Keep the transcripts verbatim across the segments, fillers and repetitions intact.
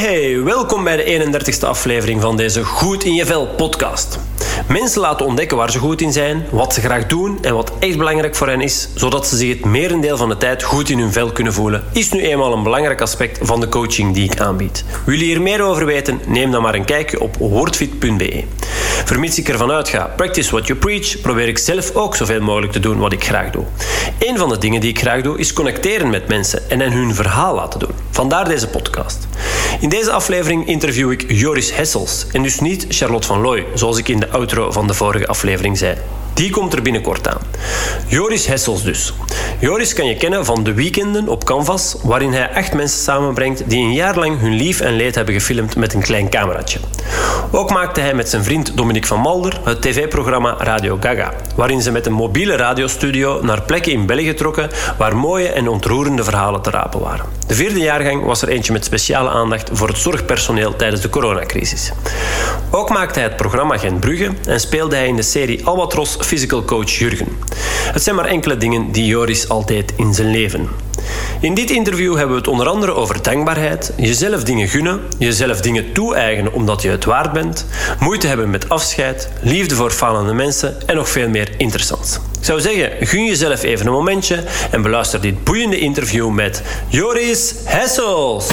Hey, welkom bij de eenendertigste aflevering van deze Goed in je Vel podcast. Mensen laten ontdekken waar ze goed in zijn, wat ze graag doen en wat echt belangrijk voor hen is, zodat ze zich het merendeel van de tijd goed in hun vel kunnen voelen, is nu eenmaal een belangrijk aspect van de coaching die ik aanbied. Wil je hier meer over weten? Neem dan maar een kijkje op wordfit punt be. Vermits ik ervan uitga, practice what you preach, probeer ik zelf ook zoveel mogelijk te doen wat ik graag doe. Een van de dingen die ik graag doe, is connecteren met mensen en hen hun verhaal laten doen. Vandaar deze podcast. In deze aflevering interview ik Joris Hessels en dus niet Charlotte van Looy, zoals ik in de outro van de vorige aflevering zei. Die komt er binnenkort aan. Joris Hessels dus. Joris kan je kennen van de weekenden op Canvas, waarin hij acht mensen samenbrengt die een jaar lang hun lief en leed hebben gefilmd met een klein cameraatje. Ook maakte hij met zijn vriend Dominique van Malder het tv-programma Radio Gaga, waarin ze met een mobiele radiostudio naar plekken in België trokken waar mooie en ontroerende verhalen te rapen waren. De vierde jaargang was er eentje met speciale aandacht voor het zorgpersoneel tijdens de coronacrisis. Ook maakte hij het programma Gent Brugge en speelde hij in de serie Albatros Physical Coach Jurgen. Het zijn maar enkele dingen die Joris altijd in zijn leven. In dit interview hebben we het onder andere over dankbaarheid, jezelf dingen gunnen, jezelf dingen toe-eigenen omdat je het waard bent, moeite hebben met afscheid, liefde voor falende mensen en nog veel meer interessants. Ik zou zeggen, gun jezelf even een momentje en beluister dit boeiende interview met Joris Hessels.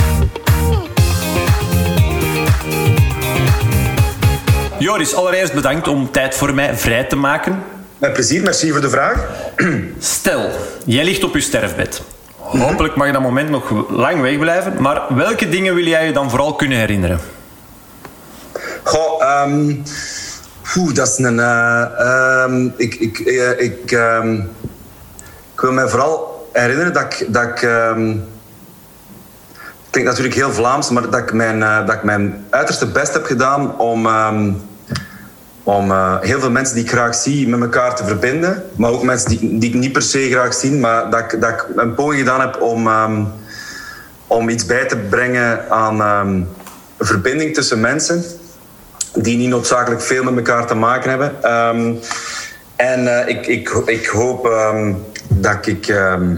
Joris, allereerst bedankt om tijd voor mij vrij te maken. Met plezier, merci voor de vraag. Stel, jij ligt op je sterfbed. Hopelijk mag je dat moment nog lang wegblijven, maar welke dingen wil jij je dan vooral kunnen herinneren? Goh, um, oeh, dat is een... Uh, um, ik, ik, uh, ik, um, ik wil mij vooral herinneren dat ik... Dat ik um, het klinkt natuurlijk heel Vlaams, maar dat ik mijn, uh, dat ik mijn uiterste best heb gedaan om... Um, om uh, heel veel mensen die ik graag zie met elkaar te verbinden. Maar ook mensen die, die ik niet per se graag zie. Maar dat ik, dat ik een poging gedaan heb om, um, om iets bij te brengen aan um, een verbinding tussen mensen. Die niet noodzakelijk veel met elkaar te maken hebben. Um, en uh, ik, ik, ik hoop um, dat ik... Um,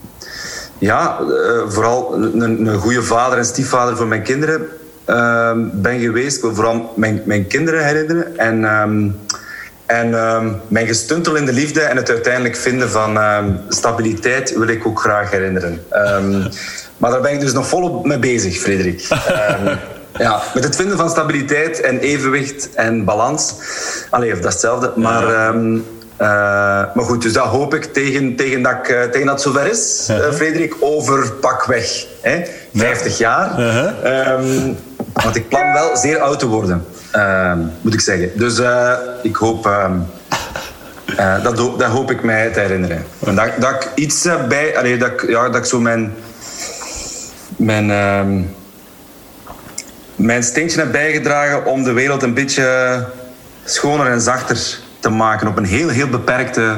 ja, uh, vooral een, een goede vader en stiefvader voor mijn kinderen... Uh, ben geweest. Ik wil vooral mijn, mijn kinderen herinneren. En, um, en um, mijn gestuntel in de liefde en het uiteindelijk vinden van um, stabiliteit wil ik ook graag herinneren. Um, maar daar ben ik dus nog volop mee bezig, Frederik. Um, ja, met het vinden van stabiliteit en evenwicht en balans. Allee, of dat is hetzelfde. Maar, um, uh, maar goed, dus dat hoop ik tegen, tegen, dat, ik, uh, tegen dat het zover is, uh, Frederik, over pakweg. Hè? vijftig jaar. Uh-huh. Um, want ik plan wel zeer oud te worden, uh, moet ik zeggen. Dus uh, ik hoop... Uh, uh, dat, ho- dat hoop ik mij te herinneren. En dat, dat ik iets uh, bij... Allee, dat, ik, ja, dat ik zo mijn... Mijn, uh, mijn steentje heb bijgedragen om de wereld een beetje schoner en zachter te maken. Op een heel, heel beperkte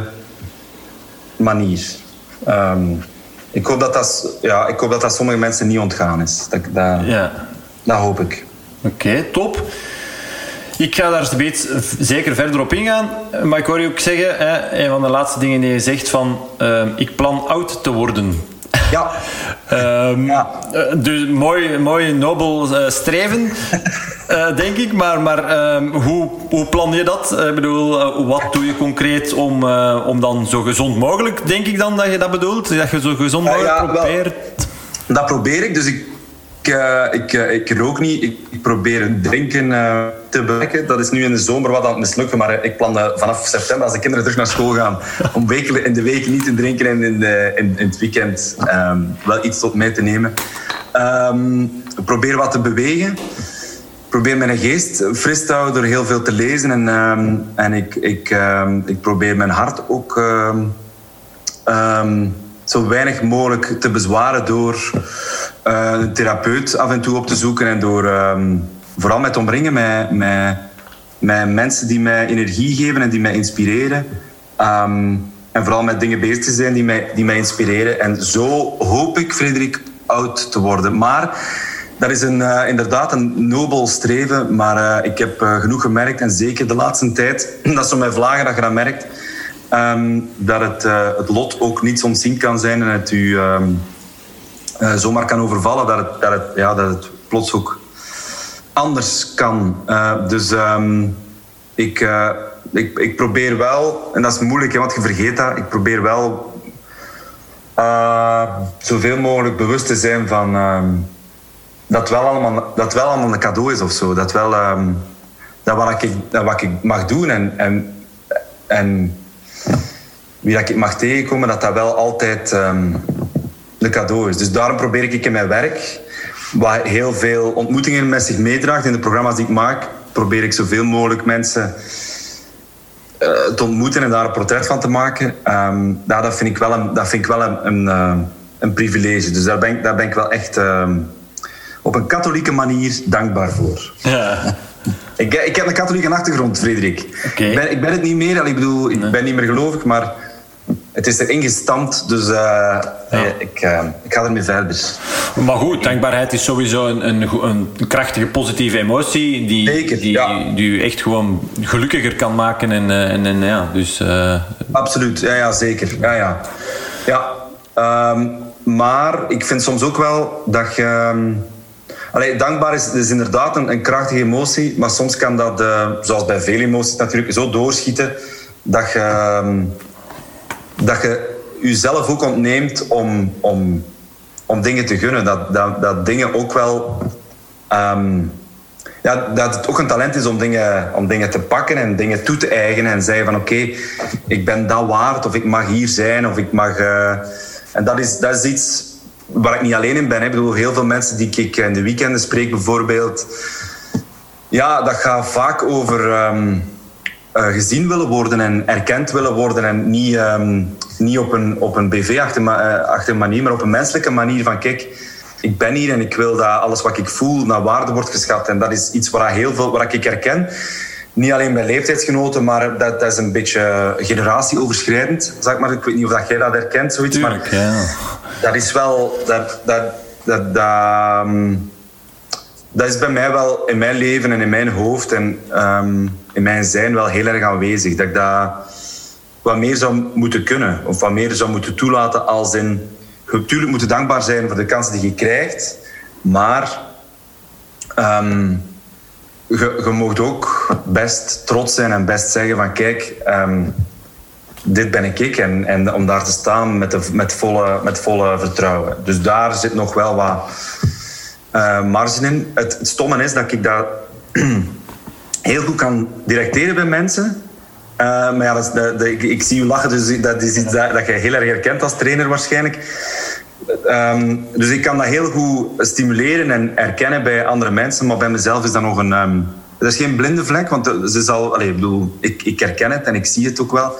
manier. Um, ik, hoop dat dat, ja, ik hoop dat dat sommige mensen niet ontgaan is. Dat, dat, ja. Dat hoop ik. Oké, okay, top. Ik ga daar steeds zeker verder op ingaan. Maar ik hoor je ook zeggen, hè, een van de laatste dingen die je zegt van... Uh, ik plan oud te worden. Ja. um, ja. Dus mooi, mooi nobel uh, streven, uh, denk ik. Maar, maar um, hoe, hoe plan je dat? Ik bedoel, uh, wat doe je concreet om, uh, om dan zo gezond mogelijk, denk ik dan dat je dat bedoelt? Dat je zo gezond mogelijk uh, ja, probeert? Wel, dat probeer ik, dus ik... Ik, uh, ik, uh, ik rook niet. Ik, ik probeer het drinken uh, te beperken. Dat is nu in de zomer wat aan het mislukken. Maar uh, ik plan uh, vanaf september, als de kinderen terug naar school gaan... om weken, in de week niet te drinken en in, de, in, in het weekend um, wel iets tot mij te nemen. Um, ik probeer wat te bewegen. Ik probeer mijn geest fris te houden door heel veel te lezen. En, um, en ik, ik, um, ik probeer mijn hart ook... Um, um, zo weinig mogelijk te bezwaren door uh, een therapeut af en toe op te zoeken en door um, vooral met omringen met, met, met mensen die mij energie geven en die mij inspireren. Um, en vooral met dingen bezig te zijn die mij, die mij inspireren. En zo hoop ik, Frederik, oud te worden. Maar dat is een, uh, inderdaad een nobel streven, maar uh, ik heb uh, genoeg gemerkt, en zeker de laatste tijd, dat zo met vlagen dat je dat merkt, Um, dat het, uh, het lot ook niet ontzien kan zijn en het u um, uh, zomaar kan overvallen. Dat het, dat het, ja, dat het plots ook anders kan. Uh, dus um, ik, uh, ik, ik probeer wel, en dat is moeilijk, hè, want je vergeet dat, ik probeer wel uh, zoveel mogelijk bewust te zijn van um, dat wel allemaal, dat wel allemaal een cadeau is of zo. Dat wel um, dat wat, ik, dat wat ik mag doen en, en, en wie dat ik mag tegenkomen, dat dat wel altijd um, een cadeau is. Dus daarom probeer ik in mijn werk, wat heel veel ontmoetingen met zich meedraagt in de programma's die ik maak, probeer ik zoveel mogelijk mensen uh, te ontmoeten en daar een portret van te maken. Um, ja, dat vind ik wel een, dat vind ik wel een, een, uh, een privilege. Dus daar ben ik, daar ben ik wel echt um, op een katholieke manier dankbaar voor. Ja. Ik, ik heb een katholieke achtergrond, Frederik. Okay. Ik, ben, ik ben het niet meer, ik bedoel, ik nee. ben niet meer gelovig, maar het is erin gestampt, dus uh, ja. ik, uh, ik ga ermee verder. Maar goed, dankbaarheid is sowieso een, een, een krachtige positieve emotie die, Zeker, die, ja. die u echt gewoon gelukkiger kan maken. En, en, en, ja, dus, uh... Absoluut, ja, ja zeker. Ja, ja. Ja, um, maar ik vind soms ook wel dat je... Um, Allee, dankbaar is, is inderdaad een, een krachtige emotie, maar soms kan dat, uh, zoals bij veel emoties natuurlijk, zo doorschieten dat je, um, dat je jezelf ook ontneemt om, om, om dingen te gunnen. Dat, dat, dat dingen ook wel... Um, ja, dat het ook een talent is om dingen, om dingen te pakken en dingen toe te eigenen en zeggen van oké, okay, ik ben dat waard of ik mag hier zijn of ik mag... Uh, en dat is, dat is iets... waar ik niet alleen in ben. Ik bedoel, heel veel mensen die ik in de weekenden spreek bijvoorbeeld... Ja, dat gaat vaak over um, uh, gezien willen worden en erkend willen worden. En niet, um, niet op een, op een B V-achtige manier, maar op een menselijke manier van... Kijk, ik ben hier en ik wil dat alles wat ik voel naar waarde wordt geschat. En dat is iets waar, heel veel, waar ik herken. Niet alleen bij leeftijdsgenoten, maar dat, dat is een beetje generatieoverschrijdend. Zeg maar. Ik weet niet of dat jij dat herkent, zoiets. Tuurlijk, maar ja. Dat is wel... Dat, dat, dat, dat, um, dat is bij mij wel in mijn leven en in mijn hoofd en um, in mijn zijn wel heel erg aanwezig. Dat ik dat wat meer zou moeten kunnen. Of wat meer zou moeten toelaten als in... Natuurlijk moet je dankbaar zijn voor de kansen die je krijgt. Maar... Um, Je, je mag ook best trots zijn en best zeggen van kijk, um, dit ben ik ik. En, en om daar te staan met, de, met, volle, met volle vertrouwen. Dus daar zit nog wel wat uh, marge in. Het, het stomme is dat ik dat heel goed kan directeren bij mensen. Uh, maar ja, dat is, dat, dat, ik, ik zie je lachen, dus dat is iets dat, dat je heel erg herkent als trainer waarschijnlijk. Um, dus ik kan dat heel goed stimuleren en herkennen bij andere mensen, maar bij mezelf is dat nog een... Um, dat is geen blinde vlek, want ze zal, allez, ik, bedoel, ik, ik herken het en ik zie het ook wel.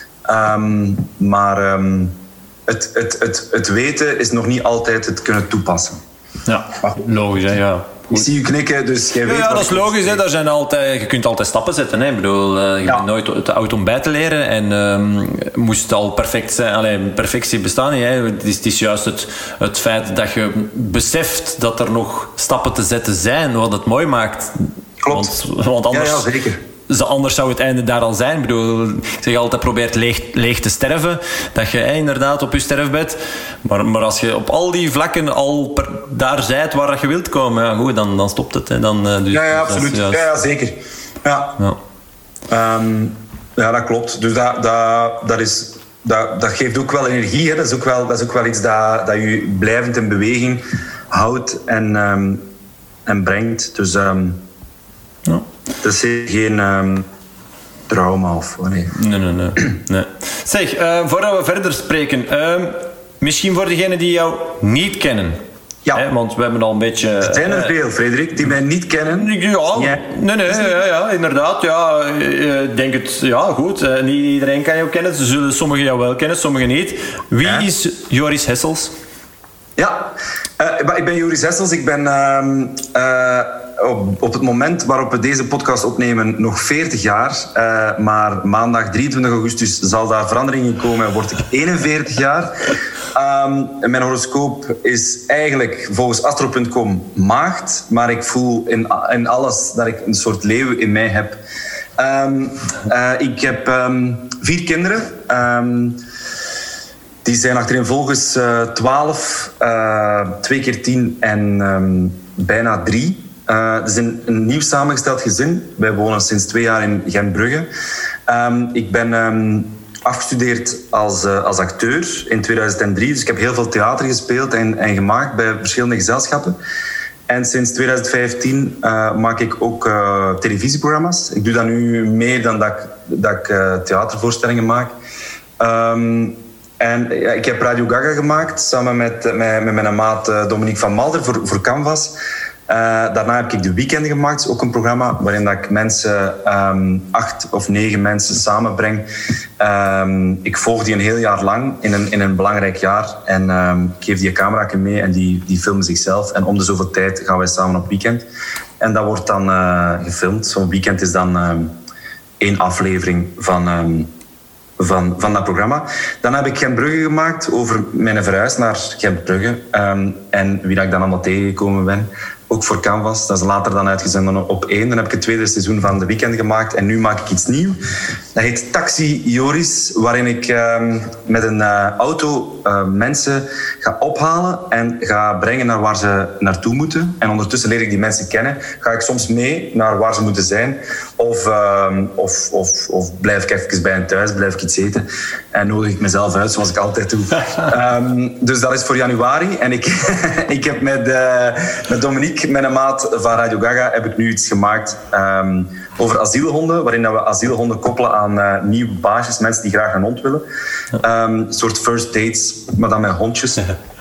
Um, maar um, het, het, het, het weten is nog niet altijd het kunnen toepassen. Ja, logisch, hè, ja. Ik zie je knikken, dus jij weet... Ja, dat is logisch. Hè. Daar zijn altijd, je kunt altijd stappen zetten. Hè. Ik bedoel, uh, je ja. bent nooit te oud om bij te leren. En um, moest het al perfect zijn. Allee, perfectie bestaat niet. Hè. Het, is, het is juist het, het feit dat je beseft dat er nog stappen te zetten zijn, wat het mooi maakt. Klopt. Want, want anders... Ja, ja, zeker. Anders zou het einde daar al zijn. Ik bedoel, ik zeg altijd, probeert leeg, leeg te sterven. Dat je eh, inderdaad op je sterfbed... Maar, maar als je op al die vlakken al per, daar zijt waar je wilt komen, ja, goed, dan, dan stopt het. Hè. Dan, uh, dus, ja, ja, absoluut. Ja, ja, zeker. Ja. Ja. Um, ja, dat klopt. Dus dat, dat, dat, is, dat, dat geeft ook wel energie. Hè. Dat, is ook wel, dat is ook wel iets dat, dat je blijvend in beweging houdt en, um, en brengt. Dus... Um, ja. Dat is geen um, trauma of... Nee, nee, nee. nee. nee. Zeg, uh, voordat we verder spreken... Uh, misschien voor degenen die jou niet kennen... Ja. Hè, want we hebben al een beetje... Er zijn er uh, veel, Frederik, die mij niet kennen. Ja, ja. nee, nee, ja, ja, inderdaad. Ja, ik denk het... Ja, goed. Uh, niet iedereen kan jou kennen. Ze zullen sommigen jou wel kennen, sommigen niet. Wie ja. is Joris Hessels? Ja, uh, ik ben Joris Hessels. Ik ben... Uh, uh, Op, op het moment waarop we deze podcast opnemen nog veertig jaar. Uh, maar maandag drieëntwintig augustus zal daar verandering in komen en word ik eenenveertig jaar. Um, mijn horoscoop is eigenlijk volgens astro punt com maagd. Maar ik voel in, in alles dat ik een soort leeuw in mij heb. Um, uh, ik heb um, vier kinderen. Um, die zijn achtereenvolgens uh, twaalf, uh, twee keer tien en um, bijna drie. Uh, het is een, een nieuw samengesteld gezin. Wij wonen sinds twee jaar in Gentbrugge. Um, ik ben um, afgestudeerd als, uh, als acteur in tweeduizend drie. Dus ik heb heel veel theater gespeeld en, en gemaakt bij verschillende gezelschappen. En sinds tweeduizend vijftien uh, maak ik ook uh, televisieprogramma's. Ik doe dat nu meer dan dat ik, dat ik uh, theatervoorstellingen maak. Um, en ja, ik heb Radio Gaga gemaakt samen met, met, met mijn maat uh, Dominique van Malder voor, voor Canvas. Uh, daarna heb ik De Weekenden gemaakt, ook een programma waarin dat ik mensen, um, acht of negen mensen samenbreng. Um, ik volg die een heel jaar lang, in een, in een belangrijk jaar. En um, ik geef die een camera mee en die, die filmen zichzelf. En om de zoveel tijd gaan wij samen op weekend. En dat wordt dan uh, gefilmd. Zo'n weekend is dan um, één aflevering van... Um, Van, van dat programma. Dan heb ik Gentbrugge gemaakt over mijn verhuis naar Gentbrugge. Um, en wie dat ik dan allemaal tegengekomen ben. Ook voor Canvas. Dat is later dan uitgezonden op één. Dan heb ik het tweede seizoen van De Weekend gemaakt. En nu maak ik iets nieuws. Dat heet Taxi Joris. Waarin ik um, met een uh, auto uh, mensen ga ophalen. En ga brengen naar waar ze naartoe moeten. En ondertussen leer ik die mensen kennen. Ga ik soms mee naar waar ze moeten zijn. Of, um, of, of, of blijf ik even bij hen thuis. Blijf ik iets eten. En nodig ik mezelf uit, zoals ik altijd doe. um, dus dat is voor januari. En ik, ik heb met, uh, met Dominique, mijn maat van Radio Gaga, heb ik nu iets gemaakt um, over asielhonden. Waarin we asielhonden koppelen aan uh, nieuwe baasjes. Mensen die graag een hond willen. Um, een soort first dates, maar dan met hondjes.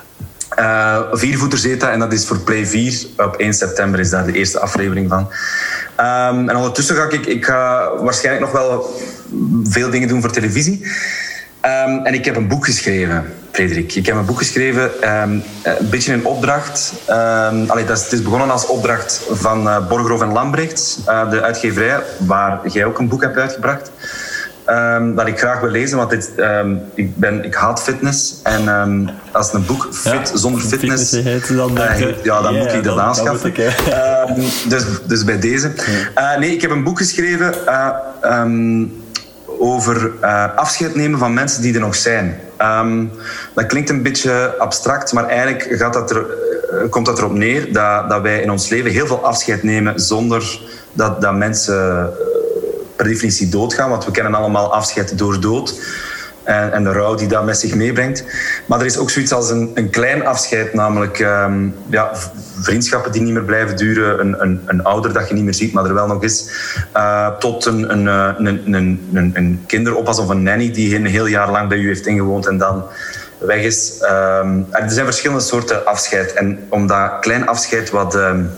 Uh, Viervoeters heet dat en dat is voor Play vier. Op één september is daar de eerste aflevering van. Um, en ondertussen ga ik, ik ga waarschijnlijk nog wel veel dingen doen voor televisie. Um, en ik heb een boek geschreven, Frederik. Ik heb een boek geschreven, um, een beetje in opdracht. Um, allee, dat is, het is begonnen als opdracht van uh, Borgerhoff en Lambrechts, uh, de uitgeverij, waar jij ook een boek hebt uitgebracht. Um, dat ik graag wil lezen, want dit, um, ik, ben, ik haat fitness. En um, als een boek fit ja, zonder fitness, fitness heet, dan, uh, heet, ja, dan yeah, moet ik dat dan, aanschaffen. Dan ik, um, dus, dus bij deze. Uh, nee, ik heb een boek geschreven uh, um, over uh, afscheid nemen van mensen die er nog zijn. Um, dat klinkt een beetje abstract, maar eigenlijk gaat dat er, uh, komt dat erop neer dat, dat wij in ons leven heel veel afscheid nemen zonder dat, dat mensen... Uh, per definitie doodgaan, want we kennen allemaal afscheid door dood en, en de rouw die dat met zich meebrengt. Maar er is ook zoiets als een, een klein afscheid, namelijk um, ja, vriendschappen die niet meer blijven duren, een, een, een ouder dat je niet meer ziet, maar er wel nog is, uh, tot een, een, een, een, een, een kinderoppas of een nanny die een heel jaar lang bij u heeft ingewoond en dan weg is. Um, er zijn verschillende soorten afscheid en om dat klein afscheid wat um,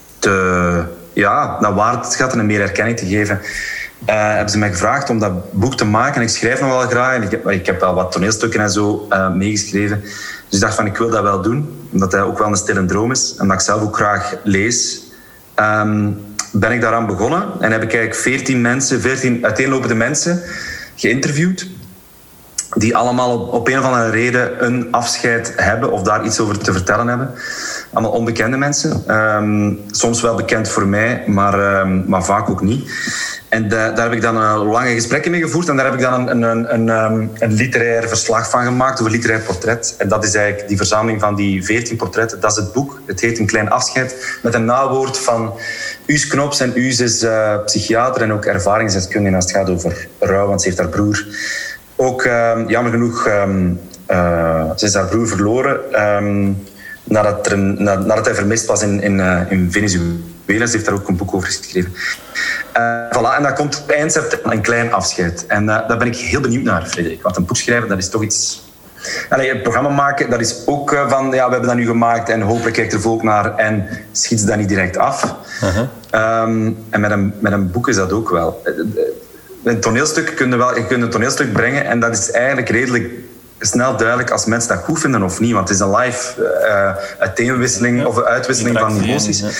te, ja, naar waarde te schatten en meer erkenning te geven, Uh, hebben ze mij gevraagd om dat boek te maken. En ik schrijf nog wel graag. En ik, heb, ik heb wel wat toneelstukken en zo uh, meegeschreven. Dus ik dacht van, ik wil dat wel doen. Omdat dat ook wel een stille droom is. En dat ik zelf ook graag lees. Um, ben ik daaraan begonnen. En heb ik eigenlijk veertien mensen, veertien uiteenlopende mensen geïnterviewd. Die allemaal op, op een of andere reden een afscheid hebben. Of daar iets over te vertellen hebben. Allemaal onbekende mensen. Um, soms wel bekend voor mij, maar, um, maar vaak ook niet. En uh, daar heb ik dan uh, lange gesprekken mee gevoerd. En daar heb ik dan een, een, een, um, een literair verslag van gemaakt, of een literair portret. En dat is eigenlijk die verzameling van die veertien portretten. Dat is het boek. Het heet Een Klein Afscheid. Met een nawoord van Uus Knops. En Uus is uh, psychiater en ook ervaringsdeskundige als het gaat over rouw, want ze heeft haar broer ook, uh, jammer genoeg, um, uh, ze is haar broer verloren um, nadat, er een, nadat hij vermist was in, in, uh, in Venezuela. Ze heeft daar ook een boek over geschreven. Uh, voilà, en dat komt eind september, Een Klein Afscheid. En uh, daar ben ik heel benieuwd naar, Frederik. Want een boek schrijven, dat is toch iets... Allee, een programma maken, dat is ook uh, van... Ja, we hebben dat nu gemaakt en hopelijk kijkt er volk naar en schiet dat niet direct af. Uh-huh. Um, en met een, met een boek is dat ook wel. Een toneelstuk kun je wel... Je kunt een toneelstuk brengen en dat is eigenlijk redelijk... snel duidelijk als mensen dat goed vinden of niet. Want het is een live uh, uiteenwisseling of een uitwisseling van emoties. Ja.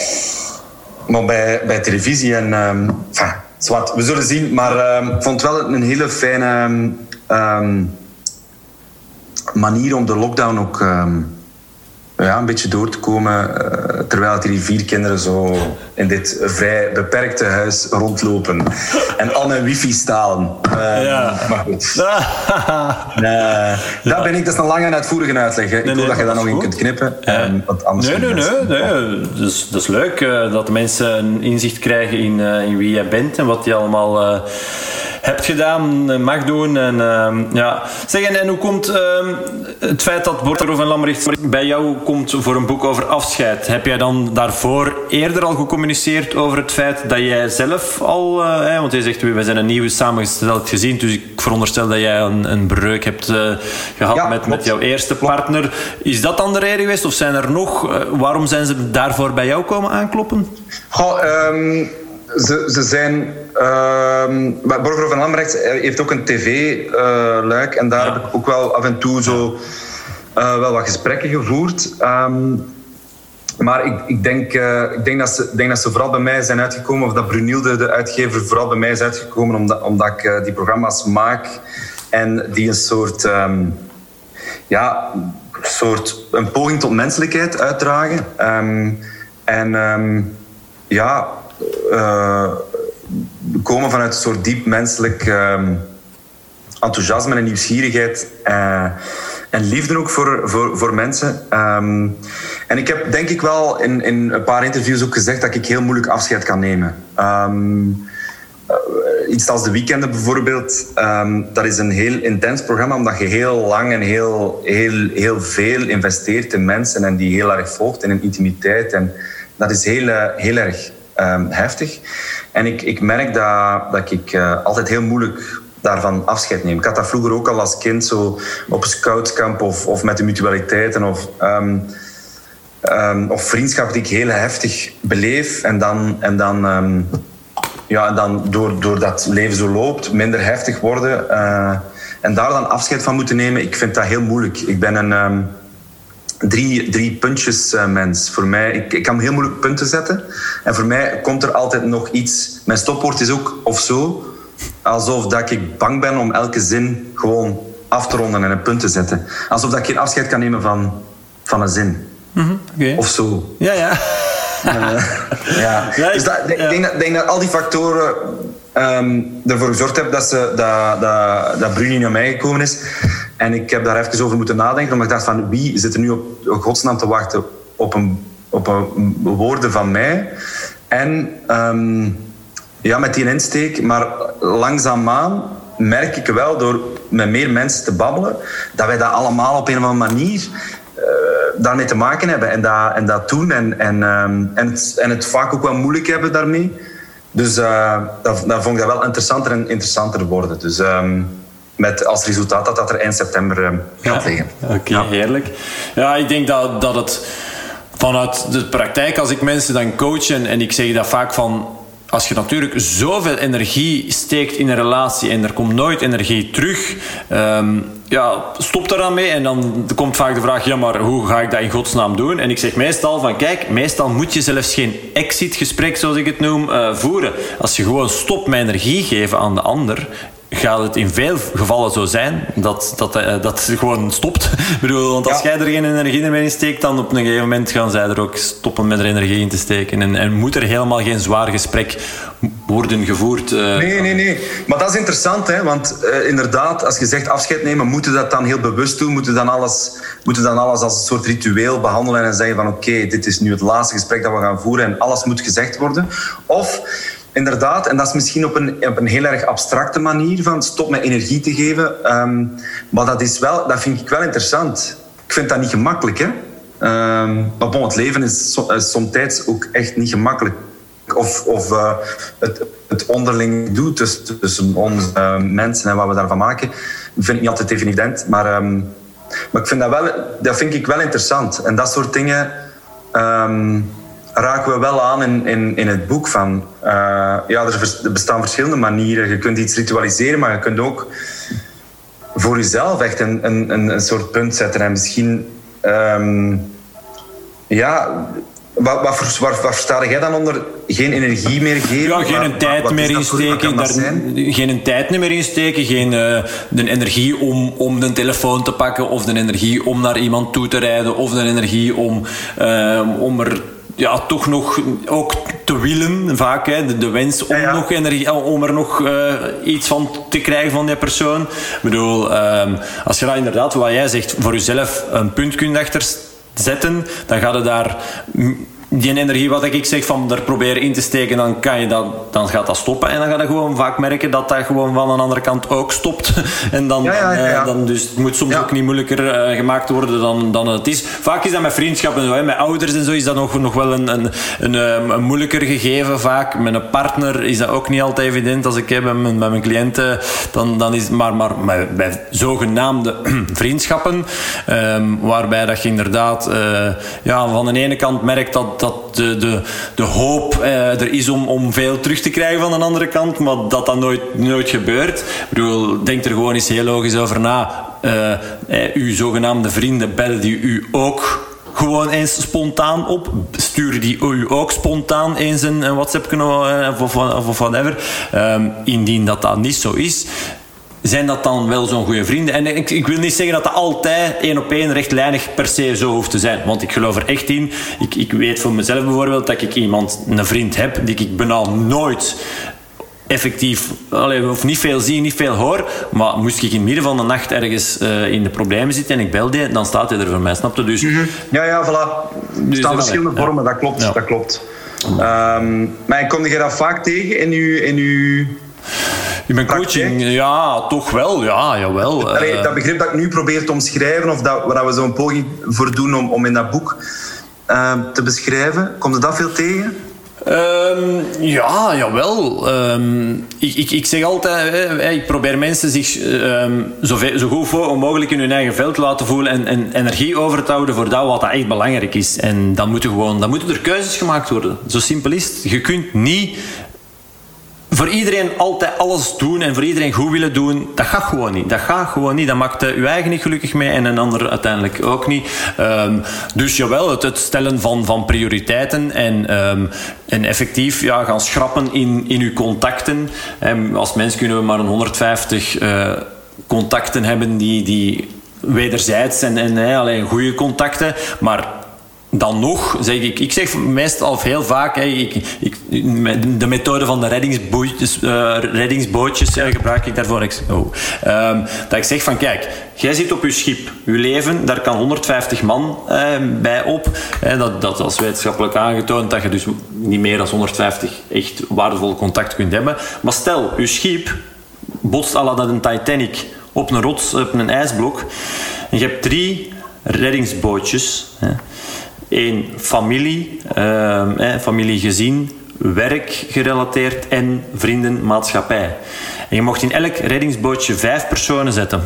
Maar bij, bij televisie en... Um, enfin, zwart, we zullen zien. Maar um, ik vond het wel een hele fijne um, manier om de lockdown ook um, ja, een beetje door te komen, uh, terwijl die vier kinderen zo in dit vrij beperkte huis rondlopen. En al mijn wifi stalen. Uh, ja. Maar goed. uh, ja. Daar ben ik, dat is een lange en uitvoerige uitleg. Hè. Ik nee, wil nee, dat je daar nog goed. in kunt knippen. Ja. Um, want anders nee, nee, nee, nee. Dat is, dat is leuk uh, dat de mensen een inzicht krijgen in, uh, in wie jij bent en wat je allemaal uh, hebt gedaan, mag doen. En, uh, ja. Zeg, en, en hoe komt uh, het feit dat Borgerhoff en Lambrecht bij jou komt voor een boek over afscheid? Heb jij dan daarvoor eerder al gecommuniceerd over het feit dat jij zelf al... Uh, hè, want je zegt, we zijn een nieuwe samengesteld gezin, dus ik veronderstel dat jij een, een breuk hebt uh, gehad ja, met, met jouw eerste partner. Is dat dan de reden geweest? Of zijn er nog... Uh, waarom zijn ze daarvoor bij jou komen aankloppen? Goh, um, ze, ze zijn... Um, Borgerhoff en Lambrecht heeft ook een tv-luik. Uh, en daar ja. heb ik ook wel af en toe zo... Uh, wel wat gesprekken gevoerd. Um, maar ik, ik, denk, uh, ik denk, dat ze, denk dat ze vooral bij mij zijn uitgekomen, of dat Brunilde, de uitgever, vooral bij mij is uitgekomen omdat, omdat ik uh, die programma's maak en die een soort, um, ja, soort een poging tot menselijkheid uitdragen. Um, en um, ja, uh, komen vanuit een soort diep menselijk um, enthousiasme en nieuwsgierigheid. Uh, En liefde ook voor, voor, voor mensen. Um, en ik heb denk ik wel in, in een paar interviews ook gezegd dat ik heel moeilijk afscheid kan nemen. Um, uh, iets als De Weekenden bijvoorbeeld. Um, dat is een heel intens programma omdat je heel lang en heel, heel, heel veel investeert in mensen en die heel erg volgt in een intimiteit. En dat is heel, uh, heel erg um, heftig. En ik, ik merk dat, dat ik uh, altijd heel moeilijk... daarvan afscheid nemen. Ik had dat vroeger ook al als kind, zo op een scoutskamp of, of met de mutualiteiten of, um, um, of vriendschap die ik heel heftig beleef en dan, en dan, um, ja, en dan door, door dat leven zo loopt, minder heftig worden uh, en daar dan afscheid van moeten nemen. Ik vind dat heel moeilijk. Ik ben een um, drie, drie puntjes uh, mens. Voor mij, ik, ik kan heel moeilijk punten zetten en voor mij komt er altijd nog iets. Mijn stopwoord is ook of zo. Alsof dat ik bang ben om elke zin gewoon af te ronden en een punt te zetten. Alsof dat ik geen afscheid kan nemen van, van een zin. Mm-hmm, okay. Of zo. Ja, ja. uh, ja. ja dus dat, ik ja. denk, dat, denk dat al die factoren um, ervoor gezorgd hebben dat, ze, dat, dat, dat Bruni naar mij gekomen is. En ik heb daar even over moeten nadenken. Omdat ik dacht van wie zit er nu op, op godsnaam te wachten op, een, op een, woorden van mij. En... Um, Ja, met die insteek. Maar langzaamaan merk ik wel, door met meer mensen te babbelen, dat wij dat allemaal op een of andere manier uh, daarmee te maken hebben. En dat, en dat doen. En, en, um, en, het, en het vaak ook wel moeilijk hebben daarmee. Dus uh, dat, dat vond ik dat wel interessanter en interessanter worden. Dus um, met als resultaat dat dat er eind september uh, gaat liggen. Oké, okay, ja. Heerlijk. Ja, ik denk dat, dat het vanuit de praktijk, als ik mensen dan coach en, en ik zeg dat vaak van... Als je natuurlijk zoveel energie steekt in een relatie en er komt nooit energie terug, um, ja, stop er dan mee. En dan komt vaak de vraag, ja, maar hoe ga ik dat in godsnaam doen? En ik zeg meestal van, kijk, meestal moet je zelfs geen exit-gesprek, zoals ik het noem, uh, voeren. Als je gewoon stopt met energie geven aan de ander, gaat het in veel gevallen zo zijn dat dat, uh, dat gewoon stopt. Ik bedoel, want als ja. jij er geen energie meer in steekt, dan op een gegeven moment gaan zij er ook stoppen met er energie in te steken. En, en moet er helemaal geen zwaar gesprek worden gevoerd. Uh, nee, nee, nee. Maar dat is interessant, hè? Want uh, inderdaad, als je zegt afscheid nemen, moeten dat dan heel bewust doen, moeten dan alles, moeten dan alles als een soort ritueel behandelen en zeggen van oké, okay, dit is nu het laatste gesprek dat we gaan voeren en alles moet gezegd worden. Of... Inderdaad, en dat is misschien op een, op een heel erg abstracte manier van stop met energie te geven. Um, maar dat, is wel, dat vind ik wel interessant. Ik vind dat niet gemakkelijk, hè. Um, maar bon, het leven is, so, is soms ook echt niet gemakkelijk. Of, of uh, het, het onderling doet tussen, tussen ons uh, mensen en wat we daarvan maken, vind ik niet altijd even evident. Maar, um, maar ik vind dat, wel, dat vind ik wel interessant. En dat soort dingen... Um, raken we wel aan in, in, in het boek van... Uh, ja, er bestaan verschillende manieren. Je kunt iets ritualiseren, maar je kunt ook voor jezelf echt een, een, een soort punt zetten. En misschien... Um, ja, Wat, wat, wat, wat versta jij dan onder geen energie meer geven? Ja, geen een tijd wat meer insteken. Daar, geen een tijd meer insteken. Geen uh, de energie om, om de telefoon te pakken. Of de energie om naar iemand toe te rijden. Of de energie om, uh, om er ja, toch nog ook te willen. Vaak hè, de, de wens om, ja, ja. Nog energie, om er nog uh, iets van te krijgen van die persoon. Ik bedoel, uh, als je daar inderdaad, wat jij zegt, voor jezelf een punt kunt achter zetten, dan gaat het daar die energie, wat ik zeg, van er proberen in te steken, dan, kan je dat, dan gaat dat stoppen. En dan ga je gewoon vaak merken dat dat gewoon van een andere kant ook stopt. En dan, ja, ja, ja, ja. Uh, dan dus het moet soms ja. ook niet moeilijker uh, gemaakt worden dan, dan het is. Vaak is dat met vriendschappen, zo, hè. Met ouders en zo is dat nog, nog wel een, een, een, een moeilijker gegeven vaak. Met een partner is dat ook niet altijd evident. Als ik heb met mijn, met mijn cliënten, dan, dan is maar, maar bij, bij zogenaamde vriendschappen, um, waarbij dat je inderdaad uh, ja, van de ene kant merkt dat dat de, de, de hoop uh, er is om, om veel terug te krijgen van de andere kant, maar dat dat nooit, nooit gebeurt. Ik bedoel, denk er gewoon eens heel logisch over na. Uh, uh, uw zogenaamde vrienden bellen die u ook gewoon eens spontaan op. Sturen die u ook spontaan eens een, een WhatsApp uh, of, of, of whatever. Um, indien dat dat niet zo is, zijn dat dan wel zo'n goede vrienden? En ik, ik wil niet zeggen dat dat altijd één op één rechtlijnig per se zo hoeft te zijn. Want ik geloof er echt in. Ik, ik weet voor mezelf bijvoorbeeld dat ik iemand, een vriend heb, die ik bijna nooit effectief, of niet veel zie, niet veel hoor. Maar moest ik in het midden van de nacht ergens uh, in de problemen zitten en ik bel die, dan staat hij er voor mij, snapte? Dus, mm-hmm. Ja, ja, voilà. Er dus staan verschillende ja. vormen, dat klopt. Ja. Dat klopt. Um, maar kom je dat vaak tegen in uw... In uw... In mijn coaching, ja, toch wel, ja, jawel. Allee, dat begrip dat ik nu probeer te omschrijven, of dat, waar we zo'n poging voor doen om, om in dat boek uh, te beschrijven, komt er dat veel tegen? Um, ja, jawel. Um, ik, ik, ik zeg altijd, hè, ik probeer mensen zich um, zo, veel, zo goed mogelijk in hun eigen veld te laten voelen en, en energie over te houden voor dat wat dat echt belangrijk is. En dan moeten, gewoon, dan moeten er keuzes gemaakt worden. Zo simpel is het. Je kunt niet voor iedereen altijd alles doen en voor iedereen goed willen doen, dat gaat gewoon niet. Dat gaat gewoon niet. Dat maakt uh, je eigen niet gelukkig mee en een ander uiteindelijk ook niet. Um, dus jawel, het, het stellen van, van prioriteiten en, um, en effectief ja, gaan schrappen in, in je contacten. Um, als mens kunnen we maar een honderdvijftig uh, contacten hebben die, die wederzijds en, en hey, alleen goede contacten, maar dan nog, zeg ik, ik zeg meestal of heel vaak, hè, ik, ik, de methode van de reddingsbootjes, uh, reddingsbootjes uh, gebruik ik daarvoor. Oh. Um, dat ik zeg van, kijk, jij zit op je schip, je leven, daar kan honderdvijftig man uh, bij op. Hè, dat, dat is wetenschappelijk aangetoond, dat je dus niet meer dan honderdvijftig echt waardevol contact kunt hebben. Maar stel, je schip botst à la een Titanic op een rots, op een ijsblok, en je hebt drie reddingsbootjes, hè. Eén, familie, uh, eh, familie, gezin, werk gerelateerd en vrienden, maatschappij. En je mocht in elk reddingsbootje vijf personen zetten.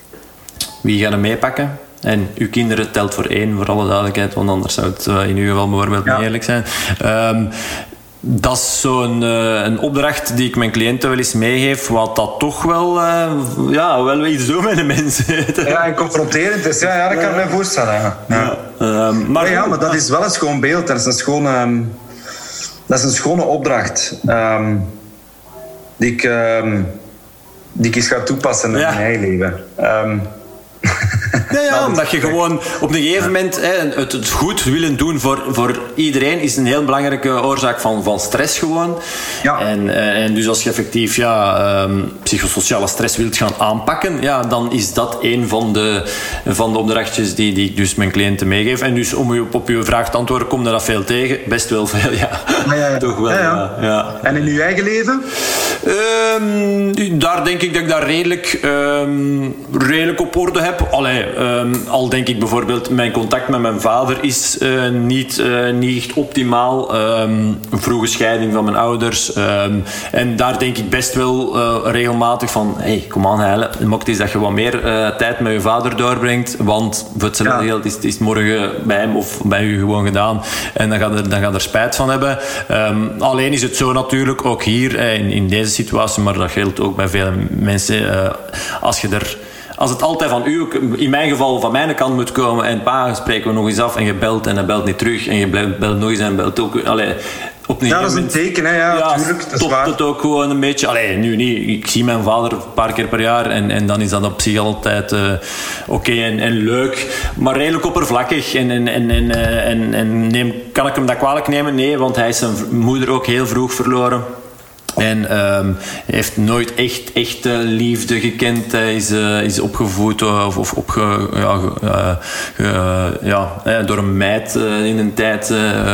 Wie gaat er meepakken? En uw kinderen telt voor één, voor alle duidelijkheid, want anders zou het uh, in uw geval bijvoorbeeld ja. niet eerlijk zijn. Um, Dat is zo'n uh, een opdracht die ik mijn cliënten wel eens meegeef, wat dat toch wel, uh, ja, wel iets doet met de mensen. Ja, en confronterend is. Ja, ja dat kan ik me voorstellen. Ja. Ja. Ja, um, maar, ja, ja, maar dat is wel een schoon beeld. Dat is een schone, um, dat is een schone opdracht um, die, ik, um, die ik eens ga toepassen in ja. mijn eigen leven. Um, Ja, ja, omdat je gewoon op een gegeven moment hè, het, het goed willen doen voor, voor iedereen is een heel belangrijke oorzaak van, van stress gewoon. Ja. En, en dus als je effectief ja, um, psychosociale stress wilt gaan aanpakken, ja, dan is dat een van de, van de opdrachtjes die, die ik dus mijn cliënten meegeef. En dus om u op uw vraag te antwoorden, komt er dat veel tegen? Best wel veel, ja. Ja, ja, ja. Toch wel, ja, ja. Ja, ja. En in uw eigen leven? Um, daar denk ik dat ik daar redelijk, um, redelijk op orde heb. Allee, um, al denk ik bijvoorbeeld, mijn contact met mijn vader is uh, niet, uh, niet echt optimaal. Um, een vroege scheiding van mijn ouders. Um, en daar denk ik best wel uh, regelmatig van, hé, hey, kom aan, Heile. Het mocht is dat je wat meer uh, tijd met je vader doorbrengt, want voor hetzelfde geld is, is het morgen bij hem of bij u gewoon gedaan. En dan gaat er, dan gaat er spijt van hebben. Um, alleen is het zo natuurlijk, ook hier uh, in, in deze situatie, maar dat geldt ook bij vele mensen, uh, als je er als het altijd van u, in mijn geval van mijn kant moet komen en pa, spreken we nog eens af en je belt en hij belt niet terug en je belt nog eens en belt ook... Allee, op een ja, dat is een teken, hè. Ja, ja, tuurlijk, dat is stopt waar. het ook gewoon een beetje... Allee, nu niet. Ik zie mijn vader een paar keer per jaar en, en dan is dat op zich altijd uh, oké okay en, en leuk, maar redelijk oppervlakkig. En, en, en, en, en, en neem, kan ik hem dat kwalijk nemen? Nee, want hij is zijn moeder ook heel vroeg verloren. En um, heeft nooit echt, echt uh, liefde gekend. Hij is, uh, is opgevoed uh, of, of opge, ja, uh, uh, ja, uh, door een meid uh, in een tijd.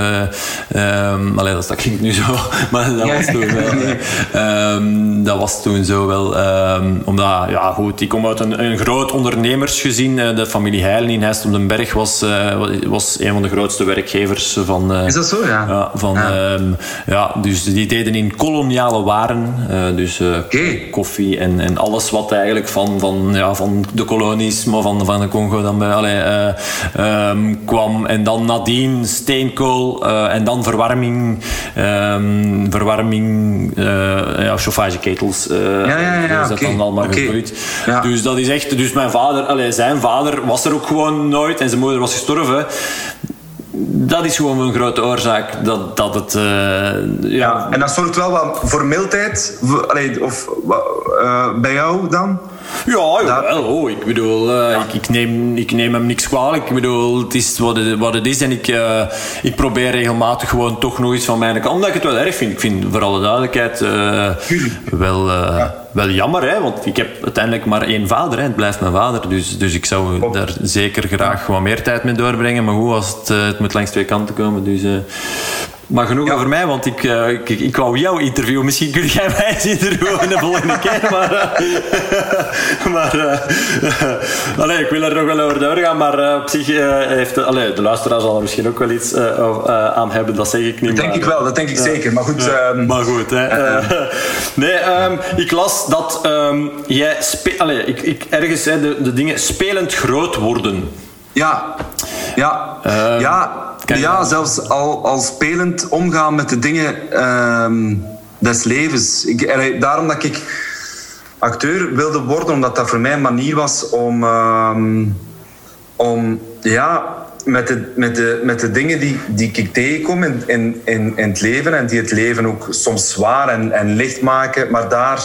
Uh, um, allee, dat klinkt nu zo, maar dat was toen wel. Uh, um, dat was toen zo wel. Um, omdat, ja goed, ik kom uit een, een groot ondernemersgezin. Uh, de familie Heilen in Heist op den Berg was, uh, was een van de grootste werkgevers van... Uh, is dat zo, ja? ja, van, ja. Um, ja, dus die deden in koloniale waren, uh, dus uh, okay. koffie en, en alles wat eigenlijk van, van, ja, van de kolonies, maar van, van de Congo dan bij allee, uh, um, kwam. En dan nadien steenkool uh, en dan verwarming, um, verwarming, uh, ja, chauffageketels. Uh, ja, ja, ja, dus dat okay. dan allemaal okay. gegroeid. Ja. Dus dat is echt, dus mijn vader, allee, zijn vader was er ook gewoon nooit en zijn moeder was gestorven. Dat is gewoon een grote oorzaak dat, dat het... Uh, ja. ja, en dat zorgt wel wat voor mildheid, allee, of uh, bij jou dan? Ja, jawel, oh, ik bedoel, uh, ja. ik, ik, neem, ik neem hem niks kwalijk. Ik bedoel, het is wat het, wat het is en ik, uh, ik probeer regelmatig gewoon toch nog iets van mijn kant, omdat ik het wel erg vind. Ik vind voor alle duidelijkheid uh, wel, uh, ja. wel jammer, hè, want ik heb uiteindelijk maar één vader, hè, het blijft mijn vader. Dus, dus ik zou oh. daar zeker graag wat meer tijd mee doorbrengen, maar goed, als het, uh, het moet langs twee kanten komen. Dus... Uh, Maar genoeg ja. over mij, want ik, uh, ik, ik wou jou interviewen. Misschien kun jij mij eens interviewen de volgende keer. Maar, uh, maar uh, allee, ik wil er nog wel over doorgaan. Maar uh, op zich uh, heeft... Allee, de luisteraar zal er misschien ook wel iets uh, uh, aan hebben. Dat zeg ik niet. Dat denk maar, ik wel, dat denk ik uh, zeker. Maar goed... Uh, um, maar goed, hè. Uh, nee, um, ik las dat um, jij... Spe- allee, ik, ik, ergens hè, de, de dingen spelend groot worden. Ja, ja, uh, ja... Ja, zelfs al, al spelend omgaan met de dingen um, des levens. Ik, daarom dat ik acteur wilde worden, omdat dat voor mij een manier was om, um, om ja, met, de, met, de, met de dingen die, die ik tegenkom in, in, in, in het leven en die het leven ook soms zwaar en, en licht maken, maar daar...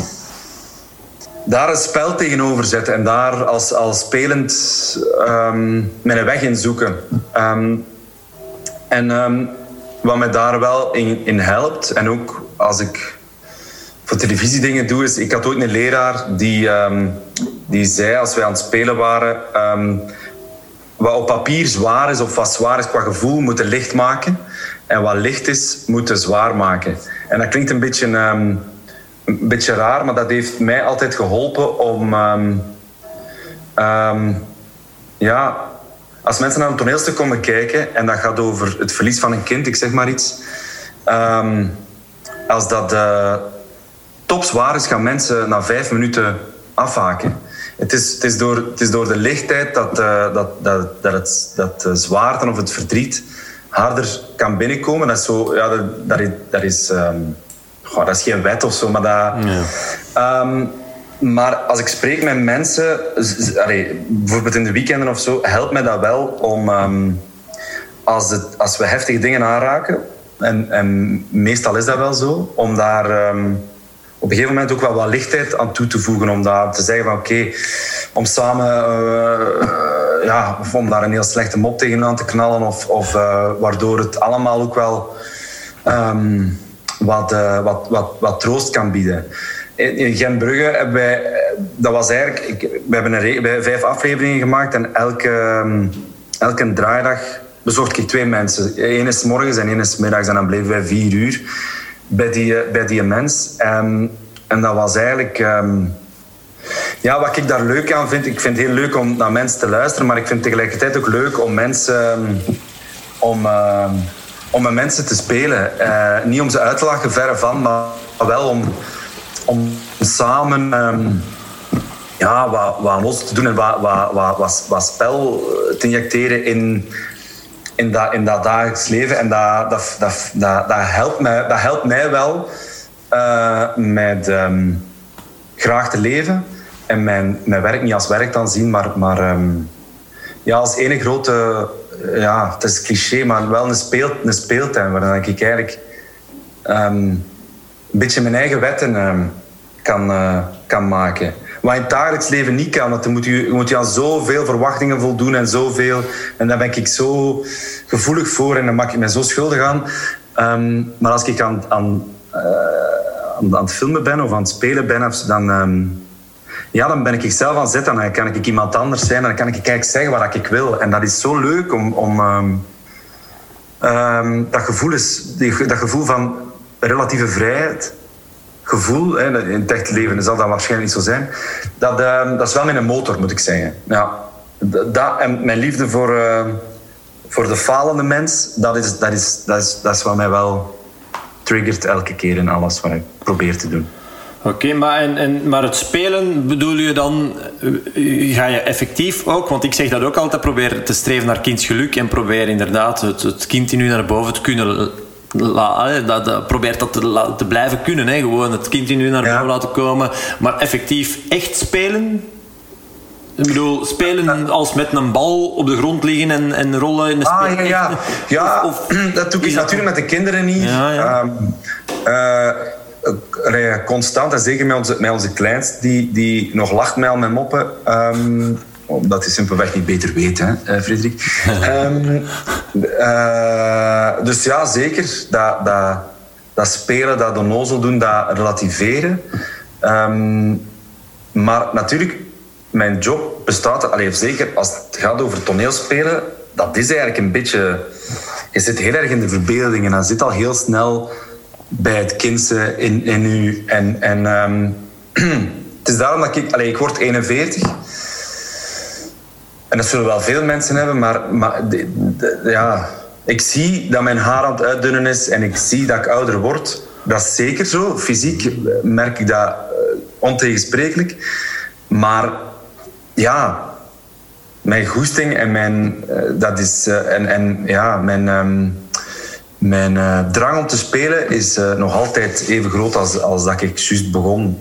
daar een spel tegenover zetten en daar als, als spelend um, mijn weg in zoeken. Um, en um, wat mij daar wel in, in helpt, en ook als ik voor televisie dingen doe, is... Ik had ooit een leraar die, um, die zei, als wij aan het spelen waren... Um, wat op papier zwaar is, of wat zwaar is qua gevoel, moet je licht maken. En wat licht is, moet je zwaar maken. En dat klinkt een beetje... Um, Een beetje raar, maar dat heeft mij altijd geholpen om... Um, um, ja, als mensen naar een toneelstuk komen kijken en dat gaat over het verlies van een kind, ik zeg maar iets. Um, als dat uh, topzwaar is, gaan mensen na vijf minuten afhaken. Het is, het is, door, het is door de lichtheid dat, uh, dat, dat, dat, het, dat de zwaarte of het verdriet harder kan binnenkomen. Dat is zo... Ja, dat, dat is... Dat is um, Goh, dat is geen wet of zo, maar dat... Ja. Um, maar als ik spreek met mensen, allee, bijvoorbeeld in de weekenden of zo, helpt mij dat wel om... Um, als, het, als we heftige dingen aanraken, en, en meestal is dat wel zo, om daar um, op een gegeven moment ook wel wat lichtheid aan toe te voegen. Om daar te zeggen van oké, okay, om samen... Uh, ja, of om daar een heel slechte mop tegenaan te knallen, of, of uh, waardoor het allemaal ook wel... Um, Wat, uh, wat, wat, wat troost kan bieden. In, in Gentbrugge hebben wij... Dat was eigenlijk... Ik, we hebben een re- wij vijf afleveringen gemaakt en elke, um, elke draaidag bezocht ik twee mensen. Eén is 's morgens en één is 's middags. En dan bleven wij vier uur bij die, bij die mens. Um, en dat was eigenlijk... Um, ja, wat ik daar leuk aan vind... Ik vind het heel leuk om naar mensen te luisteren, maar ik vind het tegelijkertijd ook leuk om mensen... Um, om... Uh, om met mensen te spelen. Uh, niet om ze uit te lachen, verre van, maar wel om, om samen um, ja, wat, wat los te doen en wat, wat, wat, wat, wat spel te injecteren in, in, dat, in dat dagelijks leven. En dat, dat, dat, dat, dat, helpt, mij, dat helpt mij wel uh, met um, graag te leven en mijn, mijn werk niet als werk dan zien, maar, maar um, ja, als ene grote... Ja, het is cliché, maar wel een, speel, een speeltuin waar ik eigenlijk um, een beetje mijn eigen wetten um, kan, uh, kan maken. Wat in het dagelijks leven niet kan, want dan moet je, je moet je aan zoveel verwachtingen voldoen en zoveel. En daar ben ik zo gevoelig voor en dan maak ik me zo schuldig aan. Um, maar als ik aan, aan, uh, aan, aan het filmen ben of aan het spelen ben, dan, um, ja, dan ben ik zelf aan zet en dan kan ik iemand anders zijn en dan kan ik eigenlijk zeggen wat ik wil. En dat is zo leuk om, om um, um, dat, gevoel is, die, dat gevoel van relatieve vrijheid. Gevoel, hè, in het echte leven zal dat waarschijnlijk niet zo zijn. Dat, uh, dat is wel mijn motor, moet ik zeggen. Ja, dat, en mijn liefde voor, uh, voor de falende mens, dat is, dat, is, dat, is, dat is wat mij wel triggert elke keer in alles wat ik probeer te doen. Oké, okay, maar, en, en, maar het spelen bedoel je dan... Ga je effectief ook, want ik zeg dat ook altijd, probeer te streven naar kindsgeluk en probeer inderdaad het, het kind in u naar boven te kunnen... La, dat, dat, probeert dat te, te blijven kunnen. Hè. Gewoon het kind in u naar boven ja. laten komen. Maar effectief echt spelen... Ik bedoel, spelen als met een bal op de grond liggen en, en rollen in de speel. Ah, ja, ja. ja of, of, dat doe ik natuurlijk met de kinderen niet. Ja, ja. Um, uh, constant, en zeker met onze, met onze kleinst, die, die nog lacht met al mijn moppen. Um, Omdat hij simpelweg niet beter weet, hè, Frederik. um, uh, dus ja, zeker. Dat, dat, dat spelen, dat onnozel doen, dat relativeren. Um, maar natuurlijk, mijn job bestaat... Allee, zeker als het gaat over toneelspelen, dat is eigenlijk een beetje... Je zit heel erg in de verbeelding en dan zit al heel snel bij het kindse in, in u. En, en um, het is daarom dat ik... Allee, ik word eenenveertig... En dat zullen wel veel mensen hebben, maar, maar de, de, ja, ik zie dat mijn haar aan het uitdunnen is en ik zie dat ik ouder word. Dat is zeker zo. Fysiek merk ik dat uh, ontegensprekelijk. Maar ja, mijn goesting en mijn, uh, dat is, uh, en, en, ja, mijn, um, mijn uh, drang om te spelen is uh, nog altijd even groot als, als dat ik juist begon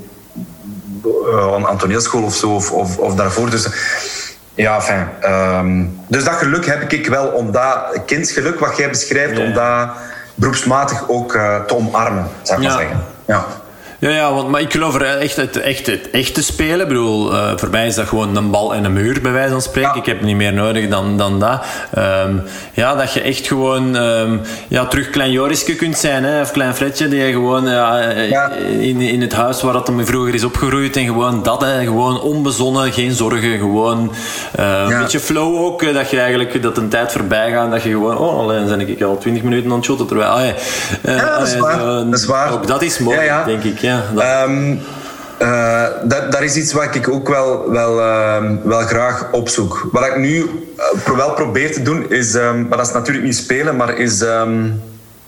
uh, aan toneelschool of zo, of, of, of daarvoor. Dus, ja, fijn. Um, dus dat geluk heb ik wel om dat kindsgeluk wat jij beschrijft, ja. om dat beroepsmatig ook uh, te omarmen, zou ik ja. maar zeggen. Ja. Ja, ja, want maar ik geloof er echt het, echt, het echte spelen. Ik bedoel, uh, voor mij is dat gewoon een bal en een muur, bij wijze van spreken. Ja. Ik heb niet meer nodig dan, dan dat. Um, ja, dat je echt gewoon um, ja, terug klein Joriske kunt zijn, hè, of klein Fredje, die je gewoon uh, ja. in, in het huis waar dat hem vroeger is opgegroeid en gewoon dat, hè, gewoon onbezonnen, geen zorgen, gewoon uh, ja. een beetje flow ook, uh, dat je eigenlijk dat een tijd voorbij gaat, dat je gewoon, oh, alleen zijn ik al twintig minuten aan het shotten, terwijl, ah, uh, ja, dat is, uh, waar. Uh, dat is waar. Ook dat is mooi, ja, ja. denk ik. Ja, dat... Um, uh, dat, dat is iets wat ik ook wel, wel, uh, wel graag opzoek. Wat ik nu uh, wel probeer te doen is, um, maar dat is natuurlijk niet spelen, maar is um,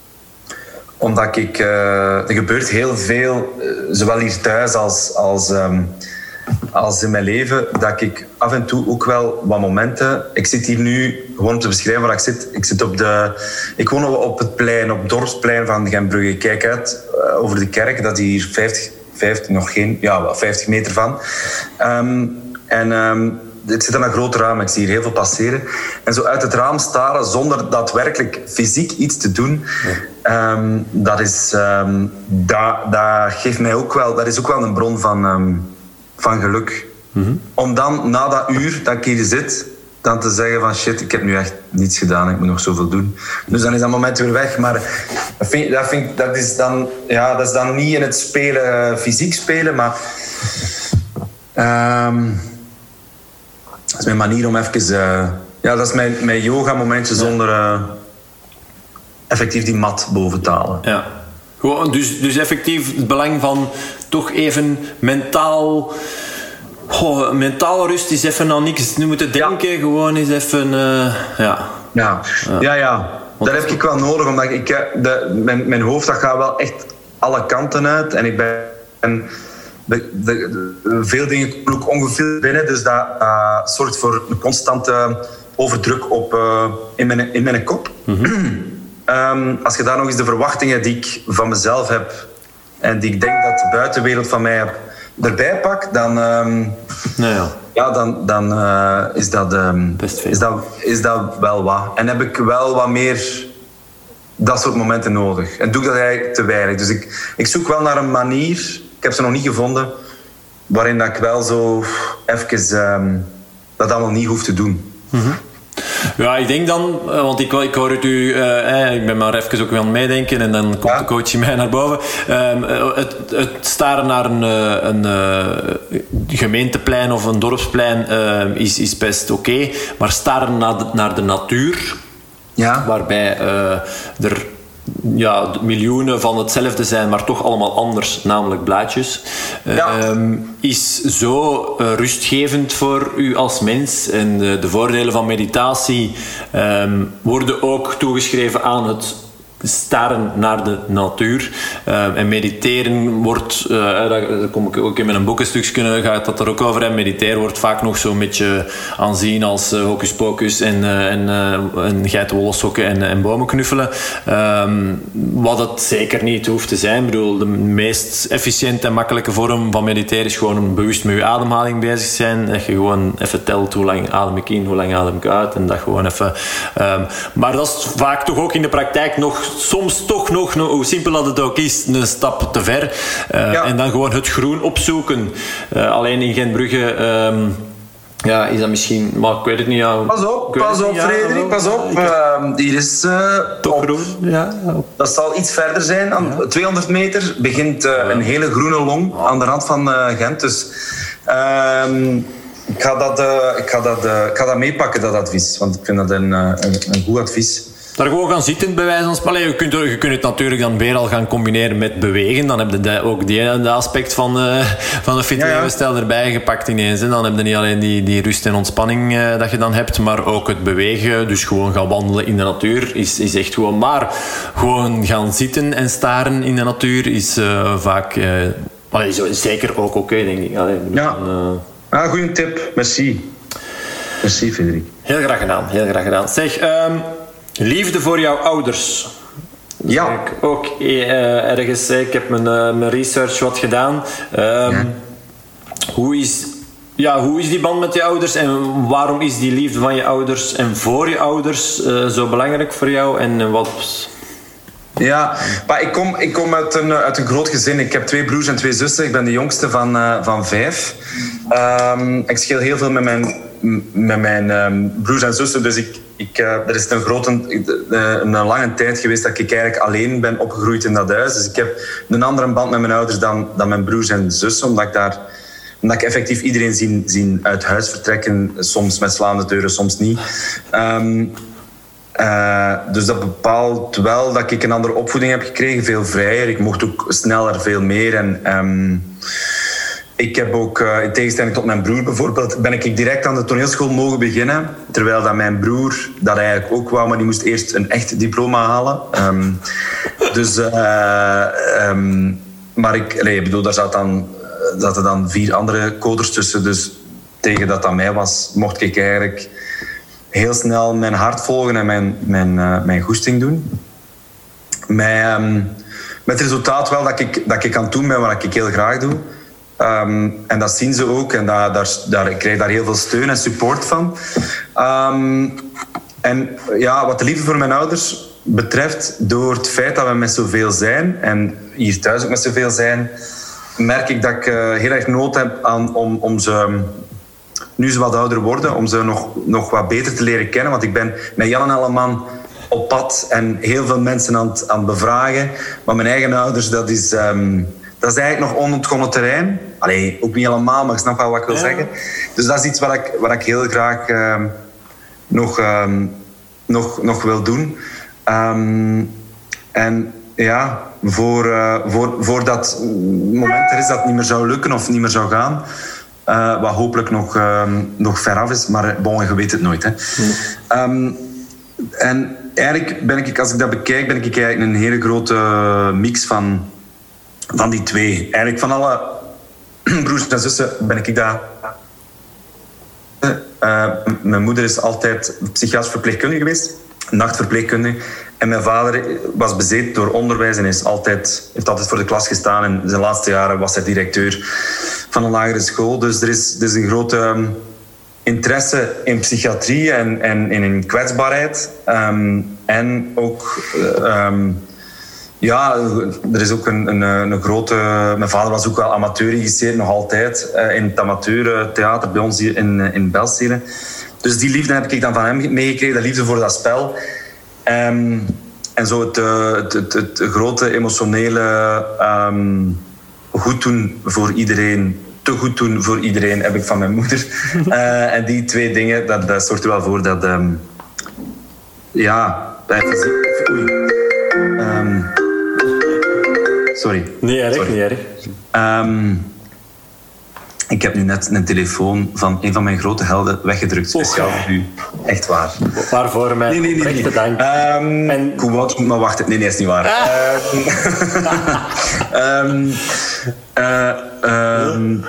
omdat ik, uh, er gebeurt heel veel, uh, zowel hier thuis als, als, um, als in mijn leven, dat ik af en toe ook wel wat momenten... Ik zit hier nu, gewoon om te beschrijven waar ik zit. Ik zit op de... Ik woon op het plein, op het dorpsplein van Gentbrugge. Ik kijk uit uh, over de kerk, dat is hier vijftig, vijftig, nog geen... Ja, vijftig meter van. Um, en... Um, ik zit aan een groot raam, ik zie hier heel veel passeren. En zo uit het raam staren zonder daadwerkelijk fysiek iets te doen, ja. um, dat, is, um, dat, dat geeft mij ook wel... Dat is ook wel een bron van, um, van geluk. Mm-hmm. Om dan, na dat uur dat ik hier zit, dan te zeggen van shit, ik heb nu echt niets gedaan, ik moet nog zoveel doen. Dus dan is dat moment weer weg. Maar dat, vind, dat, vind, dat, is, dan, ja, dat is dan niet in het spelen, fysiek spelen, maar... Um, dat is mijn manier om even... Uh, ja, dat is mijn, mijn yoga-momentje ja. zonder uh, effectief die mat boven te halen. Ja. Gewoon, dus, dus effectief het belang van toch even mentaal... Oh, mentale rust is even aan niks nu moeten denken. Ja. Gewoon eens even... Uh, ja. Ja, ja, ja. ja. Dat heb ik wel nodig, omdat ik... De, mijn, mijn hoofd dat gaat wel echt alle kanten uit. En ik ben... De, de, de, veel dingen komen ook ongefilterd binnen, dus dat uh, zorgt voor een constante overdruk op, uh, in, mijn, in mijn kop. Mm-hmm. um, als je daar nog eens de verwachtingen die ik van mezelf heb en die ik denk dat de buitenwereld van mij heb, erbij pak, dan... Um, nou ja. Ja, dan, dan uh, is, dat, um, is, dat, is dat wel wat. En heb ik wel wat meer dat soort momenten nodig. En doe ik dat eigenlijk te weinig. Dus ik, ik zoek wel naar een manier, ik heb ze nog niet gevonden, waarin dat ik wel zo even um, dat allemaal niet hoef te doen. Mm-hmm. Ja, ik denk dan, want ik, ik hoor het u, uh, ik ben maar even ook weer aan het meedenken en dan komt ja. de coach in mij naar boven. Uh, het, het staren naar een, een uh, gemeenteplein of een dorpsplein uh, is, is best oké, okay, maar staren naar de, naar de natuur, ja. waarbij uh, er ja, miljoenen van hetzelfde zijn, maar toch allemaal anders, namelijk blaadjes, ja. um, is zo uh, rustgevend voor u als mens. En de, de voordelen van meditatie um, worden ook toegeschreven aan het staren naar de natuur. Uh, en mediteren wordt, uh, daar kom ik ook in mijn boekenstukje, gaat dat er ook over. En mediteren wordt vaak nog zo'n beetje aanzien als uh, hocus pocus en, uh, en, uh, en geitenwolle sokken en, en bomen knuffelen. Um, wat het zeker niet hoeft te zijn. Ik bedoel, de meest efficiënte en makkelijke vorm van mediteren is gewoon bewust met je ademhaling bezig zijn. Dat je gewoon even telt hoe lang adem ik in, hoe lang adem ik uit. En dat gewoon even... Um, maar dat is vaak toch ook in de praktijk nog soms toch nog, hoe simpel dat het ook is, een stap te ver. Uh, ja. En dan gewoon het groen opzoeken. Uh, alleen in Gentbrugge... Um, ja, is dat misschien... Maar ik weet het niet. Ja. Pas op, pas op, Frederik, ja, pas op. Uh, hier is... Uh, toch op, groen, ja. Dat zal iets verder zijn. Aan ja. tweehonderd meter begint uh, ja. een hele groene long aan de rand van uh, Gent. Dus... Uh, ik ga dat, uh, ik ga dat, uh, ik ga dat meepakken, dat advies. Want ik vind dat een, uh, een, een goed advies. Daar gewoon gaan zitten, bij wijze van spreken. Je kunt, je kunt het natuurlijk dan weer al gaan combineren met bewegen. Dan heb je de, ook die de aspect van, uh, van de fit levensstijl ja, ja. erbij gepakt ineens. En dan heb je niet alleen die, die rust en ontspanning uh, dat je dan hebt, maar ook het bewegen. Dus gewoon gaan wandelen in de natuur is, is echt gewoon... Maar gewoon gaan zitten en staren in de natuur is uh, vaak... Uh, allee, zo, zeker ook oké, okay, denk ik. Allee, ja, uh, ah, goeie tip. Merci. Merci, Frederik. Heel graag gedaan, heel graag gedaan. Zeg... Um, liefde voor jouw ouders. Dat ja. Ik ook uh, ergens, ik heb mijn, uh, mijn research wat gedaan. Um, ja. Hoe is, ja, hoe is die band met je ouders en waarom is die liefde van je ouders en voor je ouders uh, zo belangrijk voor jou en wat... Ja, maar ik kom, ik kom uit, een, uit een groot gezin. Ik heb twee broers en twee zussen. Ik ben de jongste van, uh, van vijf. Um, ik scheel heel veel met mijn, met mijn um, broers en zussen. Dus ik, ik, uh, er is een, grote, een lange tijd geweest dat ik eigenlijk alleen ben opgegroeid in dat huis. Dus ik heb een andere band met mijn ouders dan, dan mijn broers en zussen. Omdat ik, daar, omdat ik effectief iedereen zien, zien uit huis vertrekken. Soms met slaande deuren, soms niet. Um, Uh, dus dat bepaalt wel dat ik een andere opvoeding heb gekregen, veel vrijer. Ik mocht ook sneller veel meer. En um, ik heb ook, uh, in tegenstelling tot mijn broer bijvoorbeeld, ben ik direct aan de toneelschool mogen beginnen. Terwijl dat mijn broer dat eigenlijk ook wou, maar die moest eerst een echt diploma halen. Um, dus, uh, um, maar ik, nee, ik bedoel, daar zaten dan, zaten dan vier andere coders tussen. Dus tegen dat dat mij was, mocht ik eigenlijk... heel snel mijn hart volgen en mijn, mijn, uh, mijn goesting doen. Met, um, met het resultaat wel dat ik, dat ik kan doen met wat ik heel graag doe. Um, en dat zien ze ook. En dat, daar, daar, ik krijg daar heel veel steun en support van. Um, en ja, wat de liefde voor mijn ouders betreft, door het feit dat we met zoveel zijn, en hier thuis ook met zoveel zijn, merk ik dat ik uh, heel erg nood heb aan, om, om ze... nu ze wat ouder worden, om ze nog, nog wat beter te leren kennen. Want ik ben met Jan en Alleman op pad en heel veel mensen aan het, aan het bevragen. Maar mijn eigen ouders, dat is, um, dat is eigenlijk nog onontgonnen terrein. Allee, ook niet allemaal, maar ik snap wel wat ik wil ja. zeggen. Dus dat is iets wat ik, wat ik heel graag um, nog, um, nog, nog wil doen. Um, en ja, voor, uh, voor, voor dat moment er is dat het niet meer zou lukken of niet meer zou gaan... Uh, wat hopelijk nog, uh, nog veraf is, maar bon, je weet het nooit. Hè. Mm. Um, en eigenlijk ben ik, als ik dat bekijk, ben ik eigenlijk een hele grote mix van, van die twee. Eigenlijk van alle broers en zussen ben ik daar. Uh, mijn moeder is altijd psychiatrisch verpleegkundige geweest, nachtverpleegkundige. En mijn vader was bezeten door onderwijs en is altijd, heeft altijd voor de klas gestaan. En in zijn laatste jaren was hij directeur van een lagere school. Dus er is, er is een grote um, interesse in psychiatrie en, en, en in kwetsbaarheid. Um, en ook... Uh, um, ja, er is ook een, een, een grote... Mijn vader was ook wel amateurregisseur, nog altijd. Uh, in het amateurtheater bij ons hier in, in Belstelen. Dus die liefde heb ik dan van hem meegekregen. De liefde voor dat spel. Um, en zo het, het, het, het grote emotionele um, goed doen voor iedereen, te goed doen voor iedereen, heb ik van mijn moeder. Uh, en die twee dingen, dat, dat zorgt er wel voor dat... Um, ja, fysiek... Oei. Um, sorry. Niet erg, sorry. niet erg. Um, Ik heb nu net een telefoon van een van mijn grote helden weggedrukt. Speciaal voor u. Echt waar. Waarvoor mij nee, nee, nee, oprechte nee. dank. Um, en... Koewout, maar wacht. Nee, nee, is niet waar. Ah. um, uh, um,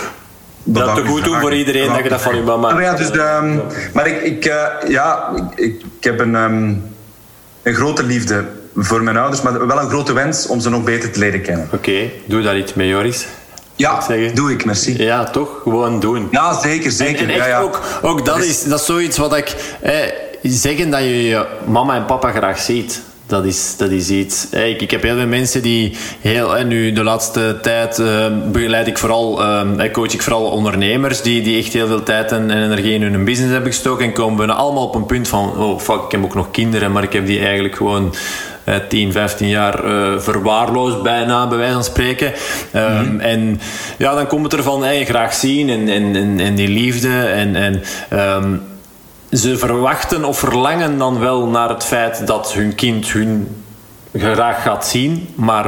dat te goed doen voor iedereen, ja, dat je dat van je mama... Ah, ja, dus, um, maar ik, ik, uh, ja, ik, ik heb een, um, een grote liefde voor mijn ouders, maar wel een grote wens om ze nog beter te leren kennen. Oké, okay, doe daar iets mee, Joris. Ja, ik doe ik, merci. Ja, toch? Gewoon doen. Ja, zeker, zeker. En, en echt ja, ja. ook, ook dat, is, dat is zoiets wat ik... Eh, zeggen dat je je mama en papa graag ziet. Dat is, dat is iets. Eh, ik, ik heb heel veel mensen die... Heel, eh, nu de laatste tijd eh, begeleid ik vooral... Eh, coach ik vooral ondernemers die, die echt heel veel tijd en, en energie in hun business hebben gestoken. En komen we allemaal op een punt van... Oh, fuck, ik heb ook nog kinderen, maar ik heb die eigenlijk gewoon... Uh, tien, vijftien jaar uh, verwaarloosd bijna, bij wijze van spreken. Um, mm-hmm. En ja, dan komt het ervan hey, graag zien en, en, en, en die liefde. En, en um, ze verwachten of verlangen dan wel naar het feit dat hun kind hun graag gaat zien. Maar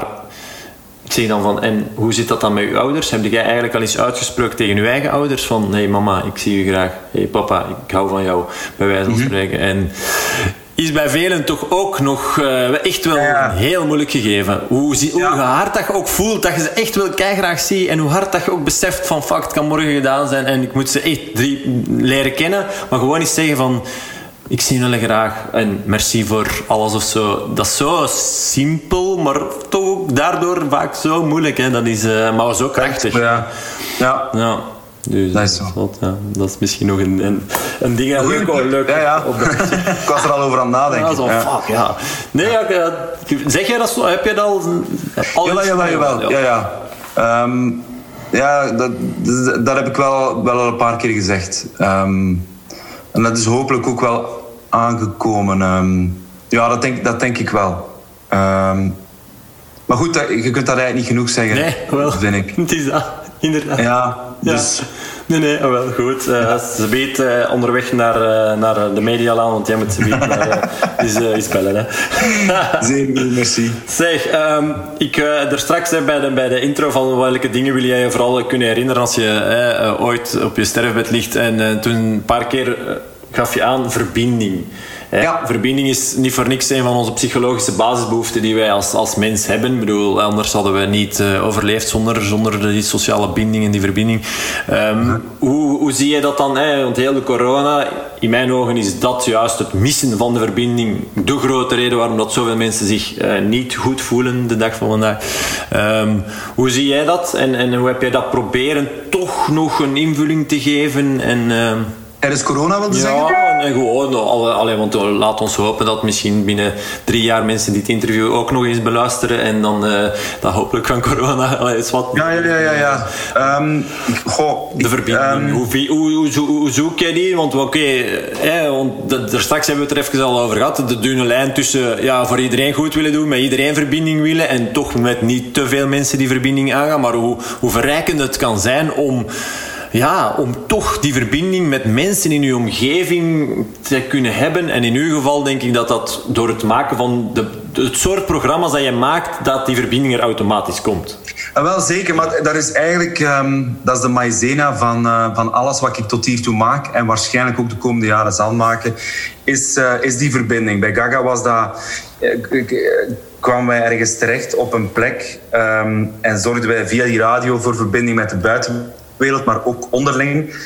ik zeg dan van, en hoe zit dat dan met uw ouders? Heb jij eigenlijk al eens uitgesproken tegen uw eigen ouders? Van, hé hey, mama, ik zie u graag. Hé hey, papa, ik hou van jou, bij wijze van mm-hmm. spreken. En... is bij velen toch ook nog uh, echt wel ja. heel moeilijk gegeven. Hoe, zie, ja. hoe hard dat je ook voelt, dat je ze echt wel keigraag ziet en hoe hard dat je ook beseft van fuck, het kan morgen gedaan zijn en ik moet ze echt drie leren kennen, maar gewoon eens zeggen van ik zie jullie graag en merci voor alles of zo. Dat is zo simpel, maar toch ook daardoor vaak zo moeilijk. Hè. Dat is uh, maar zo krachtig. Ja. Ja. ja. Dus dat, is dat, ja, dat is misschien nog een, een, een ding dat leuk, leuk ja, ja. Ik was er al over aan het nadenken. Ja, zo, ja. Fuck, ja. Nee, ja, zeg jij dat zo? Heb je dat al... al ja, ja, jawel. Ja, ja. Um, ja dat, dat heb ik wel, wel al een paar keer gezegd. Um, en dat is hopelijk ook wel aangekomen. Um, ja, dat denk, dat denk ik wel. Um, maar goed, dat, je kunt dat eigenlijk niet genoeg zeggen, nee, wel. Vind ik. Het is dat, inderdaad. Ja, dus... Ja. Nee, nee, oh wel, goed. Uh, ja. Ze weet uh, onderweg naar, uh, naar de Medialaan, want jij moet ze weet naar uh, is, uh, is bellen, hè. Zeker, merci. Zeg, um, ik uh, er straks uh, bij, de, bij de intro van welke dingen wil jij je vooral kunnen herinneren als je uh, uh, ooit op je sterfbed ligt. En uh, toen een paar keer uh, gaf je aan verbinding. Ja. Verbinding is niet voor niks een van onze psychologische basisbehoeften die wij als, als mens hebben. Ik bedoel, anders hadden we niet uh, overleefd zonder, zonder die sociale binding en die verbinding. Um, ja. hoe, hoe zie je dat dan? Hè? Want heel de corona, in mijn ogen is dat juist het missen van de verbinding de grote reden waarom dat zoveel mensen zich uh, niet goed voelen de dag van vandaag. Um, hoe zie jij dat? En, en hoe heb jij dat proberen toch nog een invulling te geven? En... Uh, Tijdens corona wilde ja, zeggen? Ja, en gewoon. Alle, alle, want laat ons hopen dat misschien binnen drie jaar mensen dit interview ook nog eens beluisteren en dan uh, dat hopelijk van corona allee, is wat. Ja, ja, ja, ja. ja. Um, goh, de verbinding. Um, hoe, hoe, hoe, hoe zoek jij die? Want oké, okay, want daar straks hebben we het er even al over gehad. De dunne lijn tussen ja, voor iedereen goed willen doen, met iedereen verbinding willen en toch met niet te veel mensen die verbinding aangaan. Maar hoe, hoe verrijkend het kan zijn om ja, om toch die verbinding met mensen in uw omgeving te kunnen hebben. En in uw geval denk ik dat dat door het maken van de, het soort programma's dat je maakt, dat die verbinding er automatisch komt. Ja, wel zeker, maar dat is eigenlijk um, dat is de maïzena van, uh, van alles wat ik tot hiertoe maak en waarschijnlijk ook de komende jaren zal maken, is, uh, is die verbinding. Bij Gaga was dat... Uh, kwamen wij ergens terecht op een plek um, en zorgden wij via die radio voor verbinding met de buitenwereld, maar ook onderling.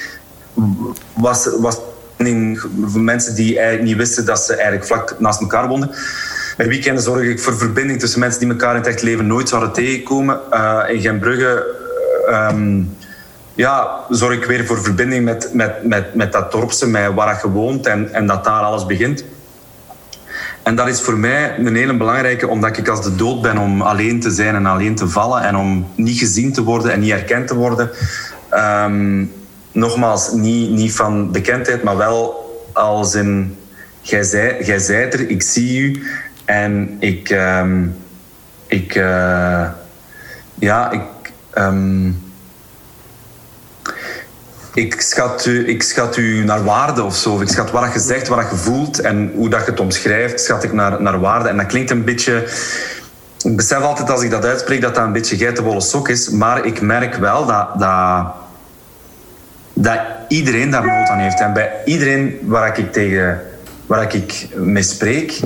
Was, was voor mensen die eigenlijk niet wisten dat ze eigenlijk vlak naast elkaar woonden. Bij weekenden zorg ik voor verbinding tussen mensen die elkaar in het echt leven nooit zouden tegenkomen. Uh, in Gentbrugge um, ja, zorg ik weer voor verbinding met, met, met, met dat dorpse, met waar je woont en, en dat daar alles begint. En dat is voor mij een hele belangrijke, omdat ik als de dood ben om alleen te zijn en alleen te vallen en om niet gezien te worden en niet herkend te worden. Um, nogmaals, niet, niet van bekendheid, maar wel als in... Jij zei, jij zijt er, ik zie u en ik... Um, ik uh, ja, ik... Um, Ik schat, u, ik schat u naar waarde of zo. Ik schat wat je zegt, wat je voelt en hoe dat je het omschrijft, schat ik naar, naar waarde. En dat klinkt een beetje... Ik besef altijd als ik dat uitspreek dat dat een beetje geitenwolle sok is. Maar ik merk wel dat, dat, dat iedereen daar nood aan heeft. En bij iedereen waar ik, tegen, waar ik mee spreek,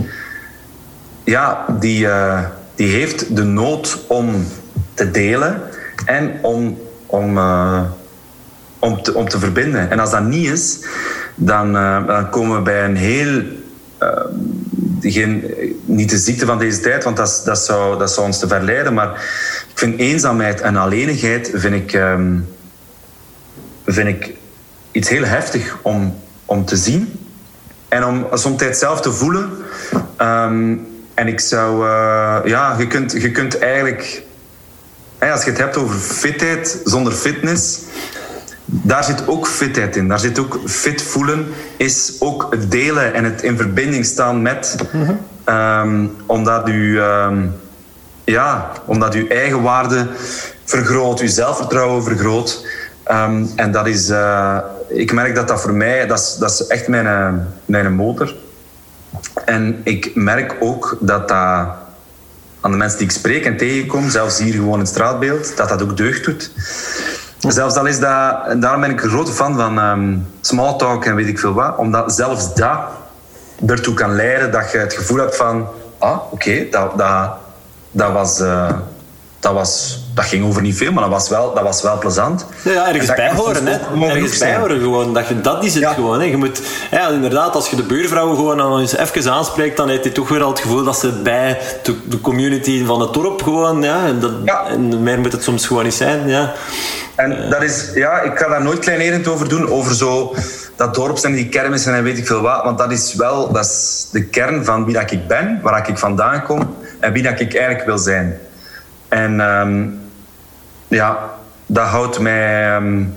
ja, die, uh, die heeft de nood om te delen en om... om uh, Om te, om te verbinden. En als dat niet is, dan, uh, dan komen we bij een heel... Uh, geen, niet de ziekte van deze tijd, want dat, dat, zou, dat zou ons te verleiden. Maar ik vind eenzaamheid en alleenigheid vind ik, um, vind ik iets heel heftig om, om te zien. En om soms zelf te voelen. Um, en ik zou... Uh, ja, je kunt, je kunt eigenlijk... Hey, als je het hebt over fitheid zonder fitness... Daar zit ook fitheid in. Daar zit ook fit voelen. Is ook het delen en het in verbinding staan met. Mm-hmm. Um, omdat u, um, ja, omdat uw eigen waarde vergroot, uw zelfvertrouwen vergroot. Um, en dat is, uh, ik merk dat dat voor mij, dat is, dat is echt mijn, mijn motor. En ik merk ook dat dat aan de mensen die ik spreek en tegenkom, zelfs hier gewoon in het straatbeeld, dat dat ook deugd doet. Zelfs al is dat, en daarom ben ik een grote fan van um, small talk en weet ik veel wat, omdat zelfs dat ertoe kan leiden dat je het gevoel hebt van, ah, oké, okay, dat, dat, dat was... Uh, Dat, was, dat ging over niet veel, maar dat was wel, dat was wel plezant. Ja, ja ergens bij horen, hè. Ergens bij horen gewoon. Dat, je, dat is het ja. gewoon. Hè. Je moet, ja, inderdaad, als je de buurvrouw gewoon al eens even aanspreekt, dan heeft hij toch weer al het gevoel dat ze bij de, de community van het dorp gewoon... Ja, en, dat, ja. en meer moet het soms gewoon niet zijn. Ja. En dat is... Ja, ik ga daar nooit kleinerend over doen, over zo dat dorp en die kermissen en weet ik veel wat. Want dat is wel dat is de kern van wie dat ik ben, waar ik vandaan kom en wie dat ik eigenlijk wil zijn. En um, ja, dat houdt mij, um,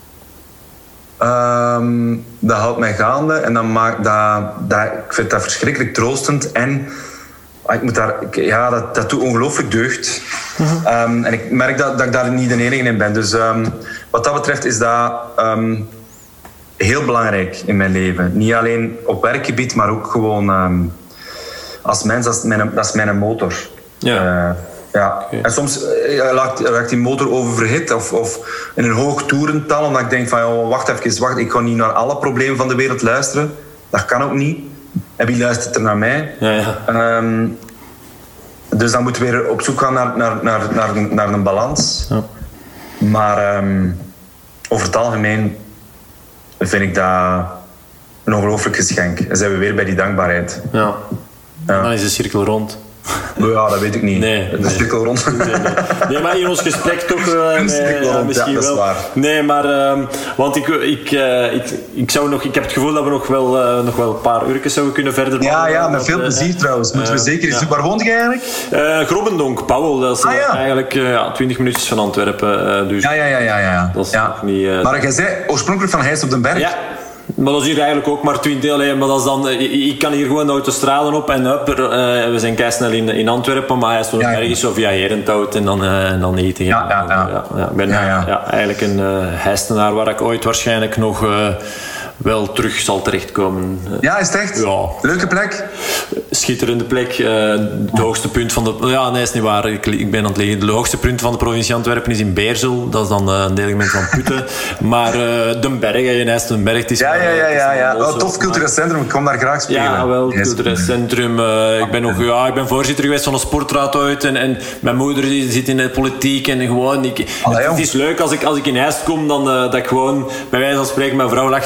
um, dat houdt mij gaande en dat maakt dat, dat, ik vind dat verschrikkelijk troostend en ik moet daar, ja, dat, dat doet ongelooflijk deugd. Mm-hmm. Um, en ik merk dat, dat ik daar niet de enige in ben. Dus um, wat dat betreft is dat um, heel belangrijk in mijn leven. Niet alleen op werkgebied, maar ook gewoon um, als mens, dat is mijn, dat is mijn motor. Ja. Uh, Ja, okay. En soms uh, raakt, raakt die motor oververhit of, of in een hoog toerental, omdat ik denk van, oh, wacht even, wacht, ik ga niet naar alle problemen van de wereld luisteren. Dat kan ook niet. En wie luistert er naar mij? Ja, ja. Um, dus dan moeten we weer op zoek gaan naar, naar, naar, naar, naar een balans. Ja. Maar um, over het algemeen vind ik dat een ongelooflijk geschenk. En zijn we weer bij die dankbaarheid. Ja, ja. Dan is de cirkel rond. Ja, dat weet ik niet. Nee, de nee. cirkel rond. Nee, nee. nee, maar in ons gesprek toch... Uh, een cirkel nee, rond, misschien ja, dat wel. is waar. Nee, maar... Uh, want ik, ik, uh, ik, ik, zou nog, ik heb het gevoel dat we nog wel, uh, nog wel een paar uurtjes zouden kunnen verder... Ja, ja, met dat, veel plezier uh, trouwens. Moeten we zeker eens... Ja. Waar woont je eigenlijk? Uh, Grobbendonk, Pauwel. Dat is ah, ja. eigenlijk uh, ja, twintig minuutjes van Antwerpen. Uh, dus ja, ja, ja, ja, ja. Dat is ja. nog niet... Uh, maar jij zei oorspronkelijk van Heist op den Berg? Ja. Maar dat is hier eigenlijk ook maar twintig. Alleen, maar dat is dan, ik kan hier gewoon de autostraden op en up. Uh, we zijn keisnel in, in Antwerpen, maar hij is wel ja, ja. ergens of via Herenthout en dan, uh, en dan eten. Ja, ja, ja. ja, ja. Ik ben ja, ja. Ja, eigenlijk een uh, heistenaar waar ik ooit waarschijnlijk nog uh, wel terug zal terechtkomen. Ja, is het echt? Ja. Leuke plek? Schitterende plek. Uh, het hoogste punt van de... Ja, nee, is niet waar. Ik, ik ben aan het liggen. Het hoogste punt van de provincie Antwerpen is in Beersel. Dat is dan uh, een deelgemeente van Putten. Maar uh, de berg, je neist een berg. Het is ja, ja, ja. ja, ja. Oh, tof cultureel centrum. Ik kom daar graag spelen. Ja, wel. Het cultureel centrum. Uh, ik, ben nog, ja, ik ben voorzitter geweest van een sportraad ooit. En, en mijn moeder die zit in de politiek. En gewoon... Ik, Allee, het, het is leuk als ik, als ik in IJst kom, dan uh, dat ik gewoon... Bij wijze van spreken, mijn vrouw lacht er altijd mee.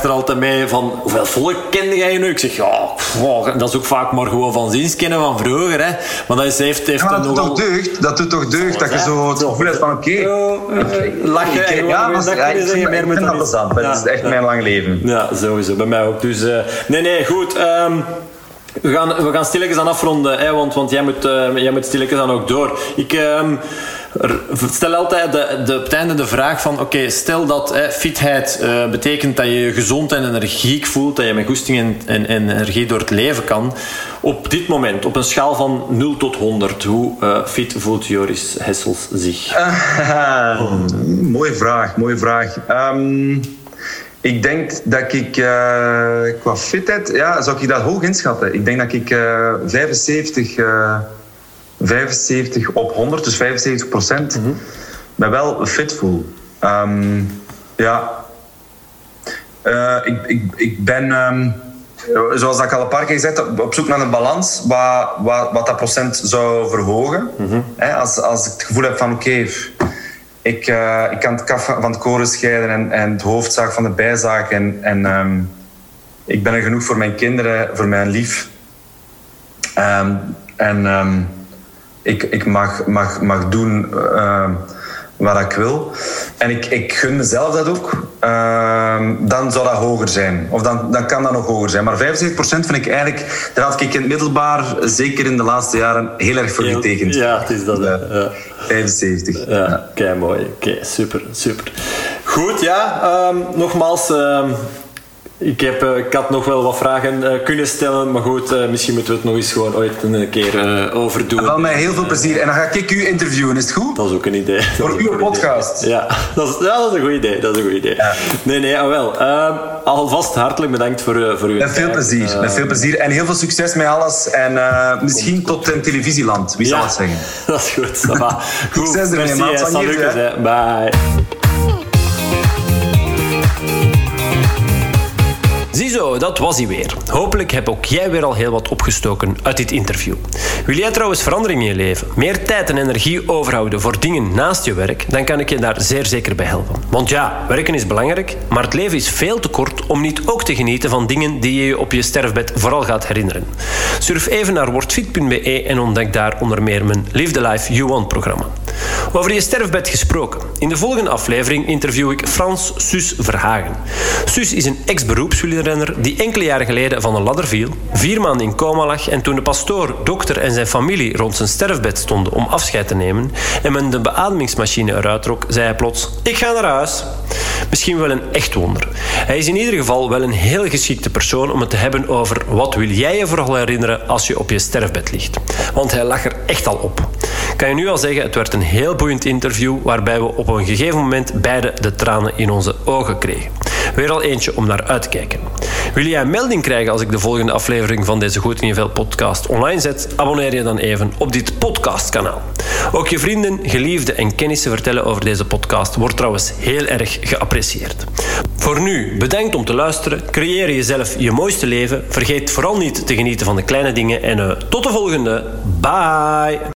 mij van hoeveel volk kende jij nu? Ik zeg ja, wow, dat is ook vaak maar gewoon van ziens kennen van vroeger. Hè. Maar dat is, heeft, heeft ja, maar dat, doet nogal... toch deugd, dat doet toch deugd dat je zo het gevoel hebt van oké. Okay, lachen en ja, maar dat ja, kun je zeggen. Meer met dat plezant. Dat is echt ja. mijn lang leven. Ja, sowieso. Bij mij ook. Dus uh, nee, nee, goed. Um, We gaan, we gaan stilletjes aan afronden, hè, want, want jij, moet, uh, jij moet stilletjes aan ook door. Ik um, stel altijd de, de, op het einde de vraag van... Oké, okay, stel dat hè, fitheid uh, betekent dat je je gezond en energiek voelt, dat je met goesting en, en, en energie door het leven kan. Op dit moment, op een schaal van nul tot honderd, hoe uh, fit voelt Joris Hessels zich? Uh, oh. Mooie vraag, mooie vraag. Um... Ik denk dat ik uh, qua fitheid, ja, zou ik dat hoog inschatten. Ik denk dat ik uh, vijfenzeventig, uh, vijfenzeventig op honderd, dus vijfenzeventig procent, mm-hmm. me wel fit voel. Um, ja, uh, ik, ik, ik ben, um, zoals ik al een paar keer gezegd heb, op zoek naar een balans wat, wat, wat dat procent zou verhogen. Mm-hmm. He, als, als ik het gevoel heb van oké... Okay, Ik, uh, ik kan het kaf van het koren scheiden en, en het hoofdzaak van de bijzaak. En, en um, ik ben er genoeg voor mijn kinderen, voor mijn lief. Um, en um, ik, ik mag, mag, mag doen uh, wat ik wil. En ik, ik gun mezelf dat ook. Uh, dan zou dat hoger zijn. Of dan, dan kan dat nog hoger zijn. Maar vijfenzeventig procent vind ik eigenlijk... Daar had ik in het middelbaar, zeker in de laatste jaren, heel erg voor getekend. Ja, het is dat. Uh, ja. vijfenzeventig. Ja, ja. Kei mooi. Oké, okay, super, super. Goed, ja. Um, nogmaals... Um, Ik, heb, uh, ik had nog wel wat vragen uh, kunnen stellen, maar goed, uh, misschien moeten we het nog eens gewoon ooit een keer uh, overdoen. Wel met heel veel plezier. En dan ga ik u interviewen, is het goed? Dat is ook een idee. Voor uw podcast. Idee. Ja, dat is, ja, dat is een goed idee. Dat is een goed idee. Ja. Nee, nee, ah, wel. Uh, alvast hartelijk bedankt voor, uh, voor uw Met veel plezier. Uh, met veel plezier. En heel veel succes met alles. En uh, misschien kom, tot in televisieland. Wie ja, zal het zeggen? Dat is goed. Dat va. Goed. Succes ermee, maat. Salut, hè. Bye. Ziezo, dat was hij weer. Hopelijk heb ook jij weer al heel wat opgestoken uit dit interview. Wil jij trouwens verandering in je leven, meer tijd en energie overhouden voor dingen naast je werk, dan kan ik je daar zeer zeker bij helpen. Want ja, werken is belangrijk, maar het leven is veel te kort om niet ook te genieten van dingen die je je op je sterfbed vooral gaat herinneren. Surf even naar wordfit punt b e en ontdek daar onder meer mijn Live the Life You Want programma. Over je sterfbed gesproken. In de volgende aflevering interview ik Frans Suus Verhagen. Suus is een ex-beroepswielrenner die enkele jaren geleden van een ladder viel, vier maanden in coma lag en toen de pastoor, dokter en zijn familie rond zijn sterfbed stonden om afscheid te nemen en men de beademingsmachine eruit trok, zei hij plots: ik ga naar huis. Misschien wel een echt wonder. Hij is in ieder geval wel een heel geschikte persoon om het te hebben over wat wil jij je vooral herinneren als je op je sterfbed ligt. Want hij lag er echt al op. Kan je nu al zeggen, het werd een heel boeiend interview waarbij we op een gegeven moment beide de tranen in onze ogen kregen. Weer al eentje om naar uit te kijken. Wil jij een melding krijgen als ik de volgende aflevering van deze Goed in je Vel podcast online zet? Abonneer je dan even op dit podcastkanaal. Ook je vrienden, geliefden en kennissen vertellen over deze podcast wordt trouwens heel erg geapprecieerd. Voor nu, bedankt om te luisteren. Creëer jezelf je mooiste leven. Vergeet vooral niet te genieten van de kleine dingen en uh, tot de volgende. Bye!